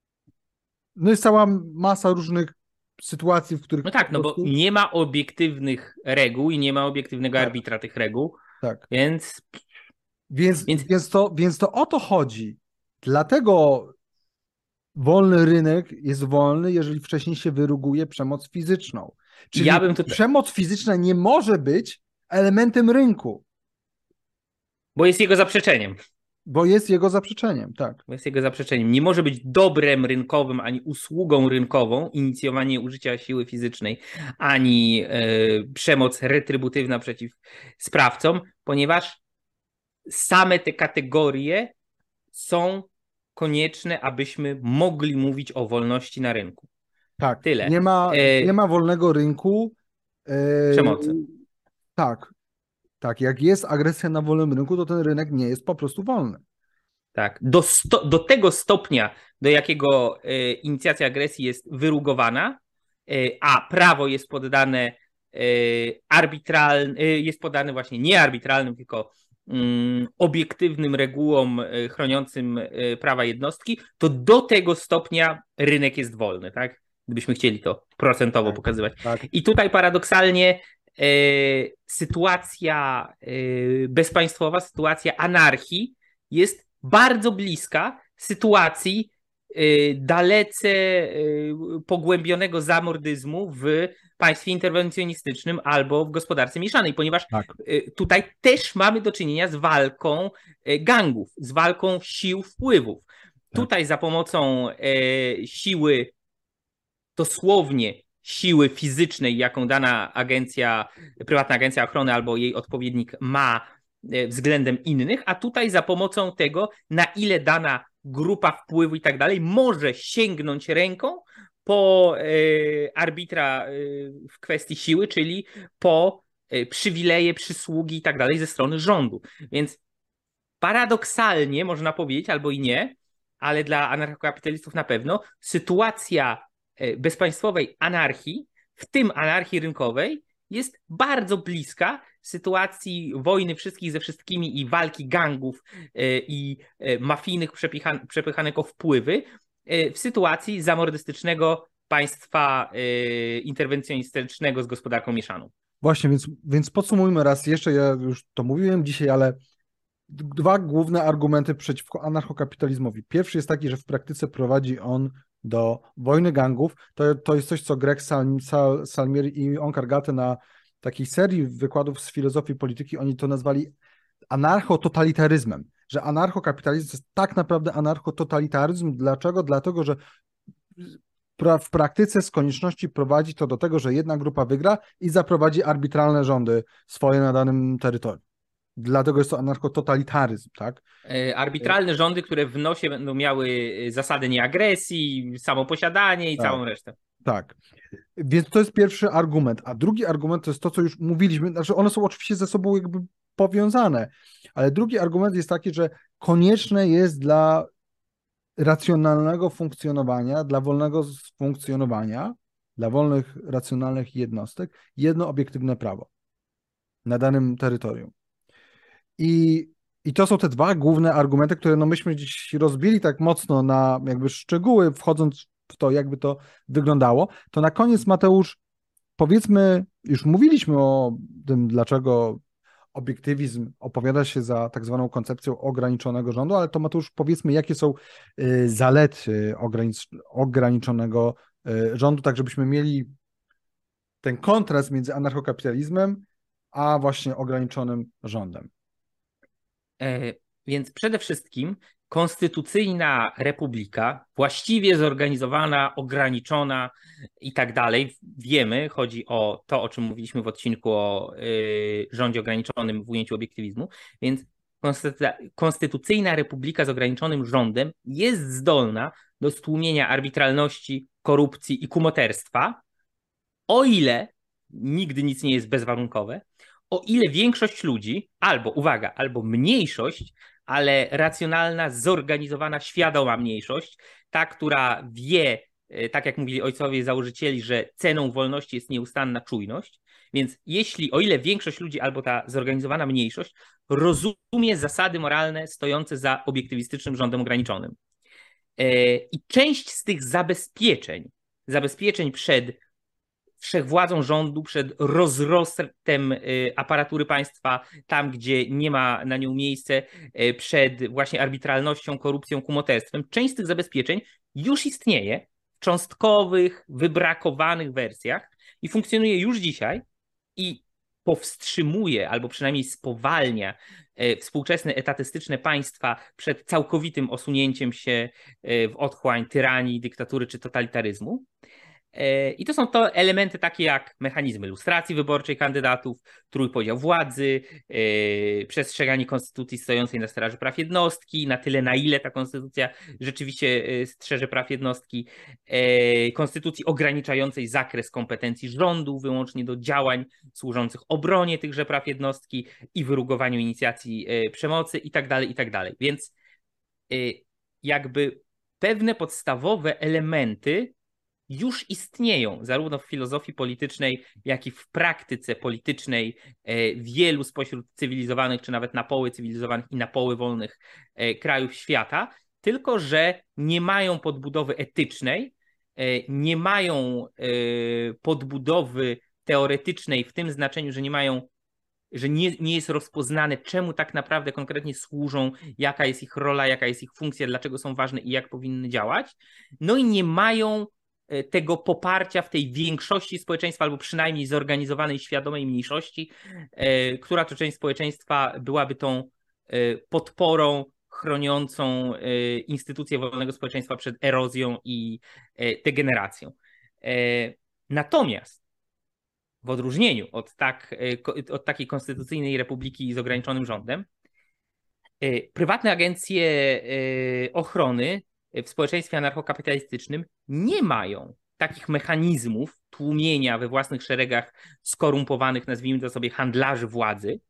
No jest cała masa różnych sytuacji, w których... No tak, no prostu... bo nie ma obiektywnych reguł i nie ma obiektywnego tak. arbitra tych reguł, tak. więc... Więc, więc... Więc, to, więc to o to chodzi. Dlatego wolny rynek jest wolny, jeżeli wcześniej się wyruguje przemoc fizyczną. Czyli ja bym tutaj... przemoc fizyczna nie może być elementem rynku. Bo jest jego zaprzeczeniem. Bo jest jego zaprzeczeniem, tak. Bo jest jego zaprzeczeniem. Nie może być dobrem rynkowym, ani usługą rynkową inicjowanie użycia siły fizycznej, ani yy, przemoc retrybutywna przeciw sprawcom, ponieważ same te kategorie są konieczne, abyśmy mogli mówić o wolności na rynku. Tak, tyle. Nie ma, e... nie ma wolnego rynku. E... Przemocy. Tak, tak. Jak jest agresja na wolnym rynku, to ten rynek nie jest po prostu wolny. Tak. Do, sto... do tego stopnia, do jakiego e, inicjacja agresji jest wyrugowana, e, a prawo jest poddane e, arbitralnym, e, jest poddane właśnie nie arbitralnym, tylko obiektywnym regułom chroniącym prawa jednostki, to do tego stopnia rynek jest wolny, tak? Gdybyśmy chcieli to procentowo tak, pokazywać. Tak. I tutaj paradoksalnie e, sytuacja e, bezpaństwowa, sytuacja anarchii jest bardzo bliska sytuacji dalece pogłębionego zamordyzmu w państwie interwencjonistycznym albo w gospodarce mieszanej, ponieważ Tak. tutaj też mamy do czynienia z walką gangów, z walką sił wpływów. Tak. Tutaj za pomocą siły, dosłownie siły fizycznej, jaką dana agencja, prywatna agencja ochrony albo jej odpowiednik ma względem innych, a tutaj za pomocą tego, na ile dana grupa wpływu i tak dalej może sięgnąć ręką po y, arbitra y, w kwestii siły, czyli po y, przywileje, przysługi i tak dalej ze strony rządu. Więc paradoksalnie można powiedzieć, albo i nie, ale dla anarchokapitalistów na pewno, sytuacja y, bezpaństwowej anarchii, w tym anarchii rynkowej, jest bardzo bliska sytuacji wojny wszystkich ze wszystkimi i walki gangów i mafijnych przepychanek o wpływy w sytuacji zamordystycznego państwa interwencjonistycznego z gospodarką mieszaną. Właśnie, więc, więc podsumujmy raz jeszcze, ja już to mówiłem dzisiaj, ale dwa główne argumenty przeciwko anarchokapitalizmowi. Pierwszy jest taki, że w praktyce prowadzi on do wojny gangów. To, to jest coś, co Greg Sal, Sal, Salmieri i Onkar Ghate na takiej serii wykładów z filozofii polityki, oni to nazwali anarchototalitaryzmem, że anarchokapitalizm to jest tak naprawdę anarchototalitaryzm. Dlaczego? Dlatego, że w praktyce z konieczności prowadzi to do tego, że jedna grupa wygra i zaprowadzi arbitralne rządy swoje na danym terytorium. Dlatego jest to anarchototalitaryzm, tak? Arbitralne rządy, które w nosie będą miały zasady nieagresji, samoposiadanie i tak. całą resztę. Tak. Więc to jest pierwszy argument. A drugi argument to jest to, co już mówiliśmy, znaczy one są oczywiście ze sobą jakby powiązane, ale drugi argument jest taki, że konieczne jest dla racjonalnego funkcjonowania, dla wolnego funkcjonowania, dla wolnych, racjonalnych jednostek jedno obiektywne prawo na danym terytorium. I, i to są te dwa główne argumenty, które no myśmy dziś rozbili tak mocno na jakby szczegóły, wchodząc w to, jakby to wyglądało. To na koniec, Mateusz, powiedzmy, już mówiliśmy o tym, dlaczego obiektywizm opowiada się za tak zwaną koncepcją ograniczonego rządu, ale to, Mateusz, powiedzmy, jakie są zalety ograniczonego rządu, tak żebyśmy mieli ten kontrast między anarchokapitalizmem a właśnie ograniczonym rządem. E, więc przede wszystkim konstytucyjna republika, właściwie zorganizowana, ograniczona i tak dalej. Wiemy, chodzi o to, o czym mówiliśmy w odcinku o y, rządzie ograniczonym w ujęciu obiektywizmu, więc konstytucyjna republika z ograniczonym rządem jest zdolna do stłumienia arbitralności, korupcji i kumoterstwa, o ile nigdy nic nie jest bezwarunkowe, o ile większość ludzi, albo uwaga, albo mniejszość, ale racjonalna, zorganizowana, świadoma mniejszość, ta, która wie, tak jak mówili ojcowie założycieli, że ceną wolności jest nieustanna czujność, więc jeśli, o ile większość ludzi albo ta zorganizowana mniejszość rozumie zasady moralne stojące za obiektywistycznym rządem ograniczonym. I część z tych zabezpieczeń, zabezpieczeń przed wszechwładzą rządu, przed rozrostem aparatury państwa tam, gdzie nie ma na nią miejsce, przed właśnie arbitralnością, korupcją, kumoterstwem. Część z tych zabezpieczeń już istnieje w cząstkowych, wybrakowanych wersjach i funkcjonuje już dzisiaj i powstrzymuje albo przynajmniej spowalnia współczesne etatystyczne państwa przed całkowitym osunięciem się w otchłań tyranii, dyktatury czy totalitaryzmu. I to są to elementy takie jak mechanizmy lustracji wyborczej kandydatów, trójpodział władzy, yy, przestrzeganie konstytucji stojącej na straży praw jednostki, na tyle na ile ta konstytucja rzeczywiście strzeże praw jednostki, yy, konstytucji ograniczającej zakres kompetencji rządu wyłącznie do działań służących obronie tychże praw jednostki i wyrugowaniu inicjacji yy, przemocy i tak dalej, i tak dalej. Więc yy, jakby pewne podstawowe elementy już istnieją zarówno w filozofii politycznej, jak i w praktyce politycznej wielu spośród cywilizowanych, czy nawet na poły cywilizowanych i na poły wolnych krajów świata, tylko że nie mają podbudowy etycznej, nie mają podbudowy teoretycznej w tym znaczeniu, że nie mają że nie, nie jest rozpoznane, czemu tak naprawdę konkretnie służą, jaka jest ich rola, jaka jest ich funkcja, dlaczego są ważne i jak powinny działać. No i nie mają tego poparcia w tej większości społeczeństwa, albo przynajmniej zorganizowanej, świadomej mniejszości, która to część społeczeństwa byłaby tą podporą chroniącą instytucje wolnego społeczeństwa przed erozją i degeneracją. Natomiast w odróżnieniu od, tak, od takiej konstytucyjnej republiki z ograniczonym rządem, prywatne agencje ochrony w społeczeństwie anarchokapitalistycznym nie mają takich mechanizmów tłumienia we własnych szeregach skorumpowanych, nazwijmy to sobie, handlarzy władzy.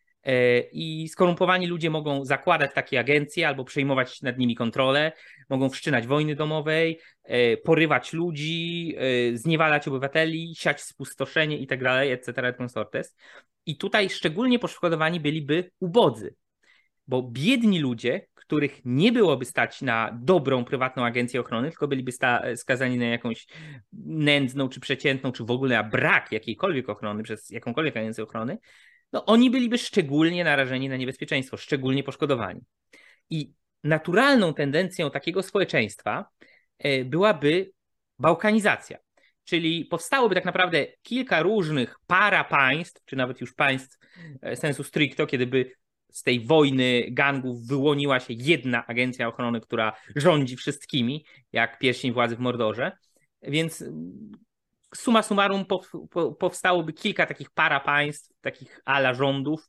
I skorumpowani ludzie mogą zakładać takie agencje albo przejmować nad nimi kontrolę, mogą wszczynać wojny domowej, porywać ludzi, zniewalać obywateli, siać spustoszenie i tak dalej, et cetera et consortes. I tutaj szczególnie poszkodowani byliby ubodzy, bo biedni ludzie, których nie byłoby stać na dobrą prywatną agencję ochrony, tylko byliby sta- skazani na jakąś nędzną czy przeciętną, czy w ogóle na brak jakiejkolwiek ochrony przez jakąkolwiek agencję ochrony, no oni byliby szczególnie narażeni na niebezpieczeństwo, szczególnie poszkodowani. I naturalną tendencją takiego społeczeństwa byłaby bałkanizacja, czyli powstałoby tak naprawdę kilka różnych para państw, czy nawet już państw sensu stricto, kiedy by z tej wojny gangów wyłoniła się jedna agencja ochrony, która rządzi wszystkimi, jak pierścień władzy w Mordorze. Więc summa summarum powstałoby kilka takich para państw, takich ala rządów,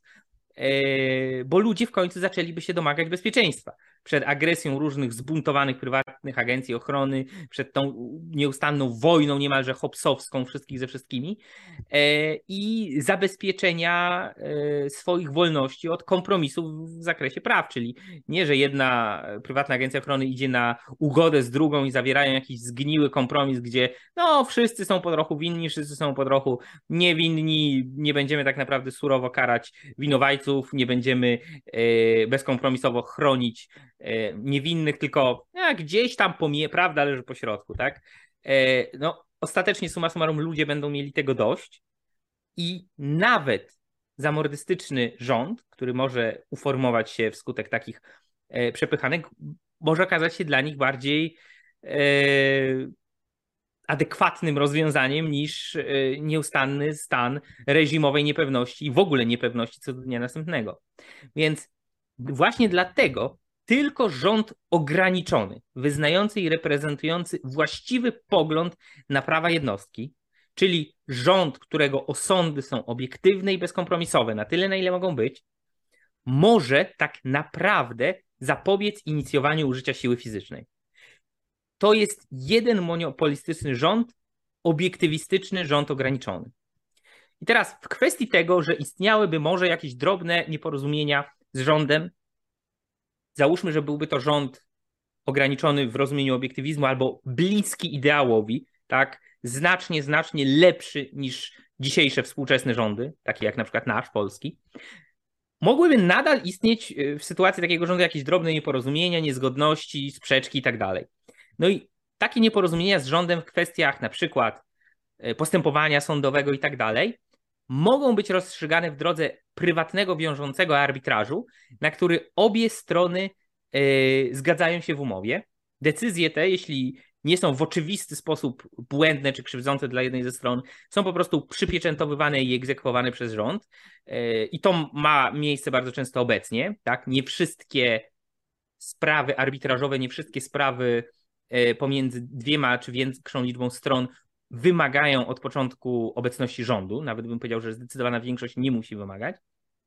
bo ludzie w końcu zaczęliby się domagać bezpieczeństwa przed agresją różnych zbuntowanych prywatnych agencji ochrony, przed tą nieustanną wojną niemalże hobbesowską wszystkich ze wszystkimi i zabezpieczenia swoich wolności od kompromisów w zakresie praw, czyli nie, że jedna prywatna agencja ochrony idzie na ugodę z drugą i zawierają jakiś zgniły kompromis, gdzie no wszyscy są po trochu winni, wszyscy są po trochu niewinni, nie będziemy tak naprawdę surowo karać winowajców, nie będziemy bezkompromisowo chronić niewinnych, tylko ja, gdzieś tam pomie, prawda leży po środku, tak? No, ostatecznie summa summarum ludzie będą mieli tego dość i nawet zamordystyczny rząd, który może uformować się wskutek takich przepychanek, może okazać się dla nich bardziej adekwatnym rozwiązaniem niż nieustanny stan reżimowej niepewności i w ogóle niepewności co do dnia następnego. Więc właśnie dlatego tylko rząd ograniczony, wyznający i reprezentujący właściwy pogląd na prawa jednostki, czyli rząd, którego osądy są obiektywne i bezkompromisowe na tyle, na ile mogą być, może tak naprawdę zapobiec inicjowaniu użycia siły fizycznej. To jest jeden monopolistyczny rząd, obiektywistyczny rząd ograniczony. I teraz w kwestii tego, że istniałyby może jakieś drobne nieporozumienia z rządem, załóżmy, że byłby to rząd ograniczony w rozumieniu obiektywizmu albo bliski ideałowi, tak, znacznie, znacznie lepszy niż dzisiejsze współczesne rządy, takie jak na przykład nasz, polski, mogłyby nadal istnieć w sytuacji takiego rządu jakieś drobne nieporozumienia, niezgodności, sprzeczki i tak dalej. No i takie nieporozumienia z rządem w kwestiach na przykład postępowania sądowego i tak dalej mogą być rozstrzygane w drodze prywatnego, wiążącego arbitrażu, na który obie strony yy, zgadzają się w umowie. Decyzje te, jeśli nie są w oczywisty sposób błędne czy krzywdzące dla jednej ze stron, są po prostu przypieczętowywane i egzekwowane przez rząd. Yy, I to ma miejsce bardzo często obecnie. Tak? Nie wszystkie sprawy arbitrażowe, nie wszystkie sprawy yy, pomiędzy dwiema czy większą liczbą stron wymagają od początku obecności rządu. Nawet bym powiedział, że zdecydowana większość nie musi wymagać.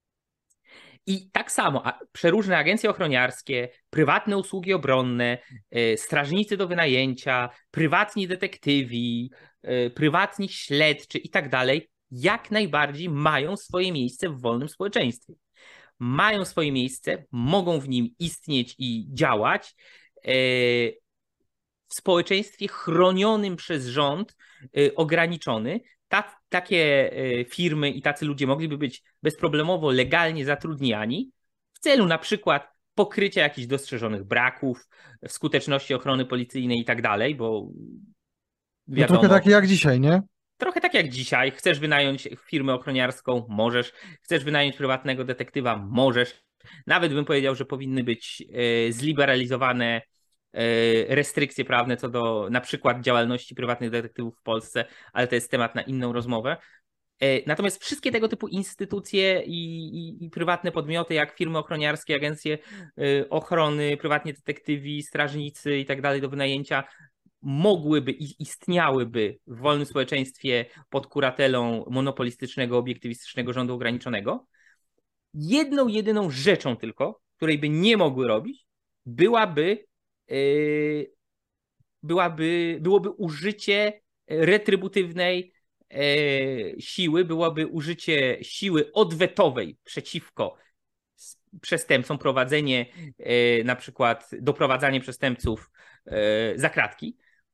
I tak samo a przeróżne agencje ochroniarskie, prywatne usługi obronne, y, strażnicy do wynajęcia, prywatni detektywi, y, prywatni śledczy i tak dalej, jak najbardziej mają swoje miejsce w wolnym społeczeństwie. Mają swoje miejsce, mogą w nim istnieć i działać y, w społeczeństwie chronionym przez rząd, y, ograniczony. Ta, takie y, firmy i tacy ludzie mogliby być bezproblemowo, legalnie zatrudniani w celu na przykład pokrycia jakichś dostrzeżonych braków w skuteczności ochrony policyjnej i tak dalej, bo No wiadomo... trochę takie jak dzisiaj, nie? trochę tak jak dzisiaj. Chcesz wynająć firmę ochroniarską? Możesz. Chcesz wynająć prywatnego detektywa? Możesz. Nawet bym powiedział, że powinny być e, zliberalizowane e, restrykcje prawne co do na przykład działalności prywatnych detektywów w Polsce, ale to jest temat na inną rozmowę. E, Natomiast wszystkie tego typu instytucje i, i, i prywatne podmioty, jak firmy ochroniarskie, agencje e, ochrony, prywatni detektywi, strażnicy i tak dalej do wynajęcia, mogłyby i istniałyby w wolnym społeczeństwie pod kuratelą monopolistycznego, obiektywistycznego rządu ograniczonego. Jedną, jedyną rzeczą tylko, której by nie mogły robić, byłaby, yy, byłaby, byłoby użycie retrybutywnej yy, siły, byłoby użycie siły odwetowej przeciwko przestępcom, prowadzenie, yy, na przykład doprowadzanie przestępców yy, za kratki.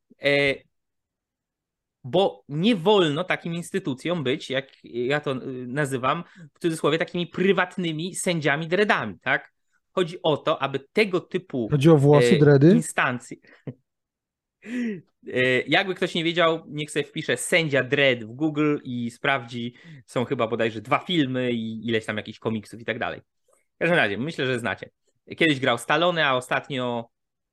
Bo nie wolno takim instytucjom być, jak ja to nazywam, w cudzysłowie, takimi prywatnymi sędziami dreadami, tak? Chodzi o to, aby tego typu Chodzi o włosy, dready? instancje... Jakby ktoś nie wiedział, niech sobie wpisze sędzia dread w Google i sprawdzi, są chyba bodajże dwa filmy i ileś tam jakichś komiksów i tak dalej. W każdym razie, myślę, że znacie. Kiedyś grał Stallone, a ostatnio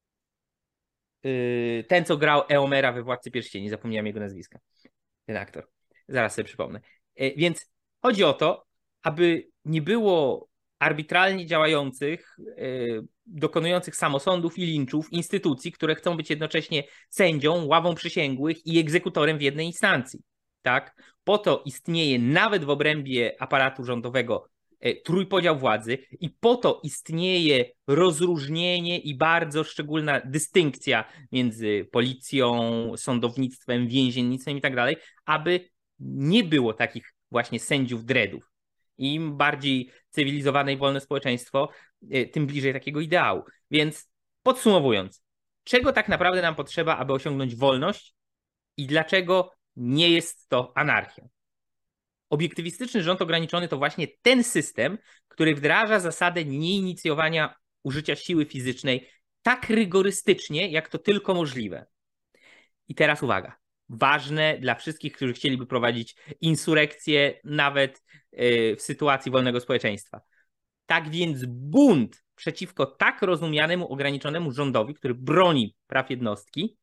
ten, co grał Eomera we Władcy Pierścieni, zapomniałem jego nazwiska. Ten aktor. Zaraz sobie przypomnę. Więc chodzi o to, aby nie było arbitralnie działających, dokonujących samosądów i linczów instytucji, które chcą być jednocześnie sędzią, ławą przysięgłych i egzekutorem w jednej instancji. Tak? Po to istnieje nawet w obrębie aparatu rządowego trójpodział władzy i po to istnieje rozróżnienie i bardzo szczególna dystynkcja między policją, sądownictwem, więziennictwem i tak dalej, aby nie było takich właśnie sędziów dreadów. Im bardziej cywilizowane i wolne społeczeństwo, tym bliżej takiego ideału. Więc podsumowując, czego tak naprawdę nam potrzeba, aby osiągnąć wolność i dlaczego nie jest to anarchia? Obiektywistyczny rząd ograniczony to właśnie ten system, który wdraża zasadę nieinicjowania użycia siły fizycznej tak rygorystycznie, jak to tylko możliwe. I teraz uwaga. Ważne dla wszystkich, którzy chcieliby prowadzić insurekcję nawet w sytuacji wolnego społeczeństwa. Tak więc bunt przeciwko tak rozumianemu, ograniczonemu rządowi, który broni praw jednostki,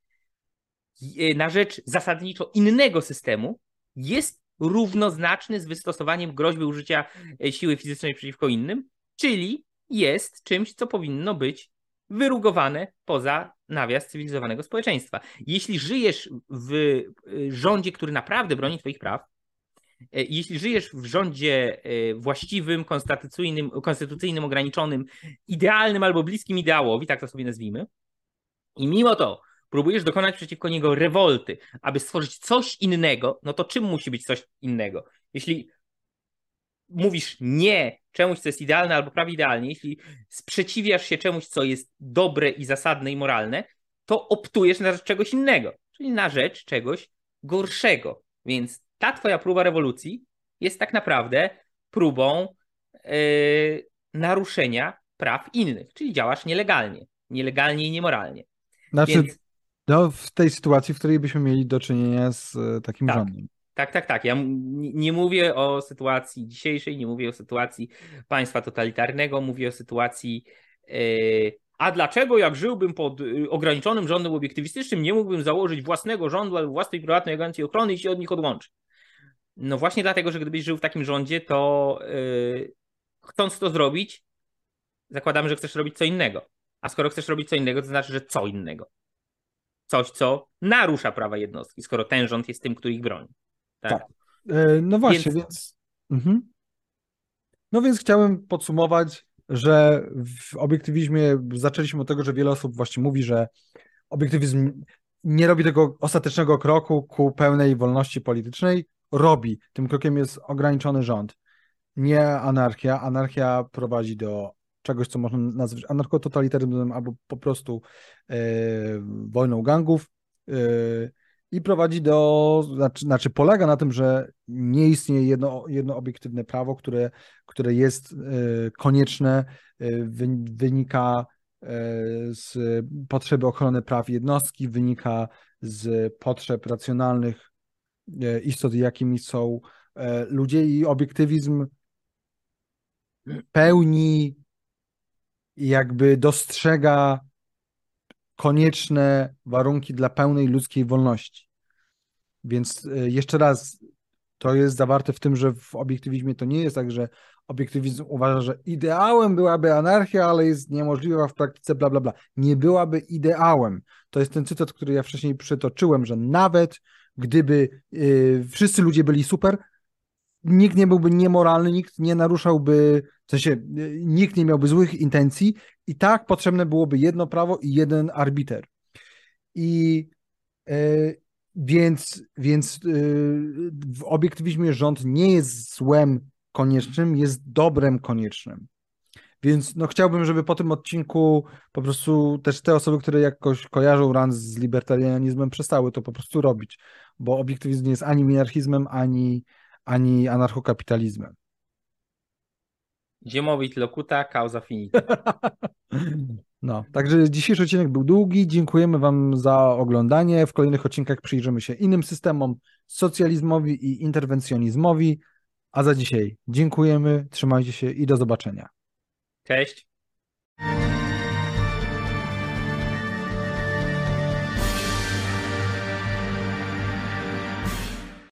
na rzecz zasadniczo innego systemu, jest równoznaczny z wystosowaniem groźby użycia siły fizycznej przeciwko innym, czyli jest czymś, co powinno być wyrugowane poza nawias cywilizowanego społeczeństwa. Jeśli żyjesz w rządzie, który naprawdę broni twoich praw, jeśli żyjesz w rządzie właściwym, konstytucyjnym, konstytucyjnym, ograniczonym, idealnym albo bliskim ideałowi, tak to sobie nazwijmy, i mimo to próbujesz dokonać przeciwko niego rewolty, aby stworzyć coś innego, no to czym musi być coś innego? Jeśli mówisz nie czemuś, co jest idealne albo prawie idealnie, jeśli sprzeciwiasz się czemuś, co jest dobre i zasadne i moralne, to optujesz na rzecz czegoś innego, czyli na rzecz czegoś gorszego. Więc ta twoja próba rewolucji jest tak naprawdę próbą yy, naruszenia praw innych, czyli działasz nielegalnie, nielegalnie i niemoralnie. Znaczy, Więc... no, w tej sytuacji, w której byśmy mieli do czynienia z takim tak. rządem. Tak, tak, tak. Ja nie mówię o sytuacji dzisiejszej, nie mówię o sytuacji państwa totalitarnego, mówię o sytuacji yy, a dlaczego jak żyłbym pod ograniczonym rządem obiektywistycznym, nie mógłbym założyć własnego rządu albo własnej prywatnej agencji ochrony i się od nich odłączyć? No właśnie dlatego, że gdybyś żył w takim rządzie, to yy, chcąc to zrobić, zakładamy, że chcesz robić co innego. A skoro chcesz robić co innego, to znaczy, że co innego? Coś, co narusza prawa jednostki, skoro ten rząd jest tym, który ich broni. Tak. tak. No właśnie, więc... więc... Mhm. No więc chciałem podsumować, że w obiektywizmie zaczęliśmy od tego, że wiele osób właśnie mówi, że obiektywizm nie robi tego ostatecznego kroku ku pełnej wolności politycznej. Robi. Tym krokiem jest ograniczony rząd. Nie anarchia. Anarchia prowadzi do czegoś, co można nazwać anarchototalitaryzmem albo po prostu yy, wojną gangów. Yy, I prowadzi do, znaczy, znaczy polega na tym, że nie istnieje jedno, jedno obiektywne prawo, które, które jest y, konieczne, y, wy, wynika y, z potrzeby ochrony praw jednostki, wynika z potrzeb racjonalnych istot, jakimi są ludzie, i obiektywizm pełni jakby dostrzega konieczne warunki dla pełnej ludzkiej wolności. Więc jeszcze raz, to jest zawarte w tym, że w obiektywizmie to nie jest tak, że obiektywizm uważa, że ideałem byłaby anarchia, ale jest niemożliwa w praktyce, bla, bla, bla. Nie byłaby ideałem. To jest ten cytat, który ja wcześniej przytoczyłem, że nawet gdyby yy, wszyscy ludzie byli super, nikt nie byłby niemoralny, nikt nie naruszałby, w sensie yy, nikt nie miałby złych intencji, i tak potrzebne byłoby jedno prawo i jeden arbiter. I yy, Więc, więc yy, w obiektywizmie rząd nie jest złem koniecznym, jest dobrem koniecznym. Więc no, chciałbym, żeby po tym odcinku po prostu też te osoby, które jakoś kojarzą Rand z libertarianizmem, przestały to po prostu robić, bo obiektywizm nie jest ani minarchizmem, ani, ani anarchokapitalizmem. Ziemowit locuta, causa finita. No, także dzisiejszy odcinek był długi. Dziękujemy Wam za oglądanie. W kolejnych odcinkach przyjrzymy się innym systemom, socjalizmowi i interwencjonizmowi. A za dzisiaj dziękujemy, trzymajcie się i do zobaczenia. Cześć.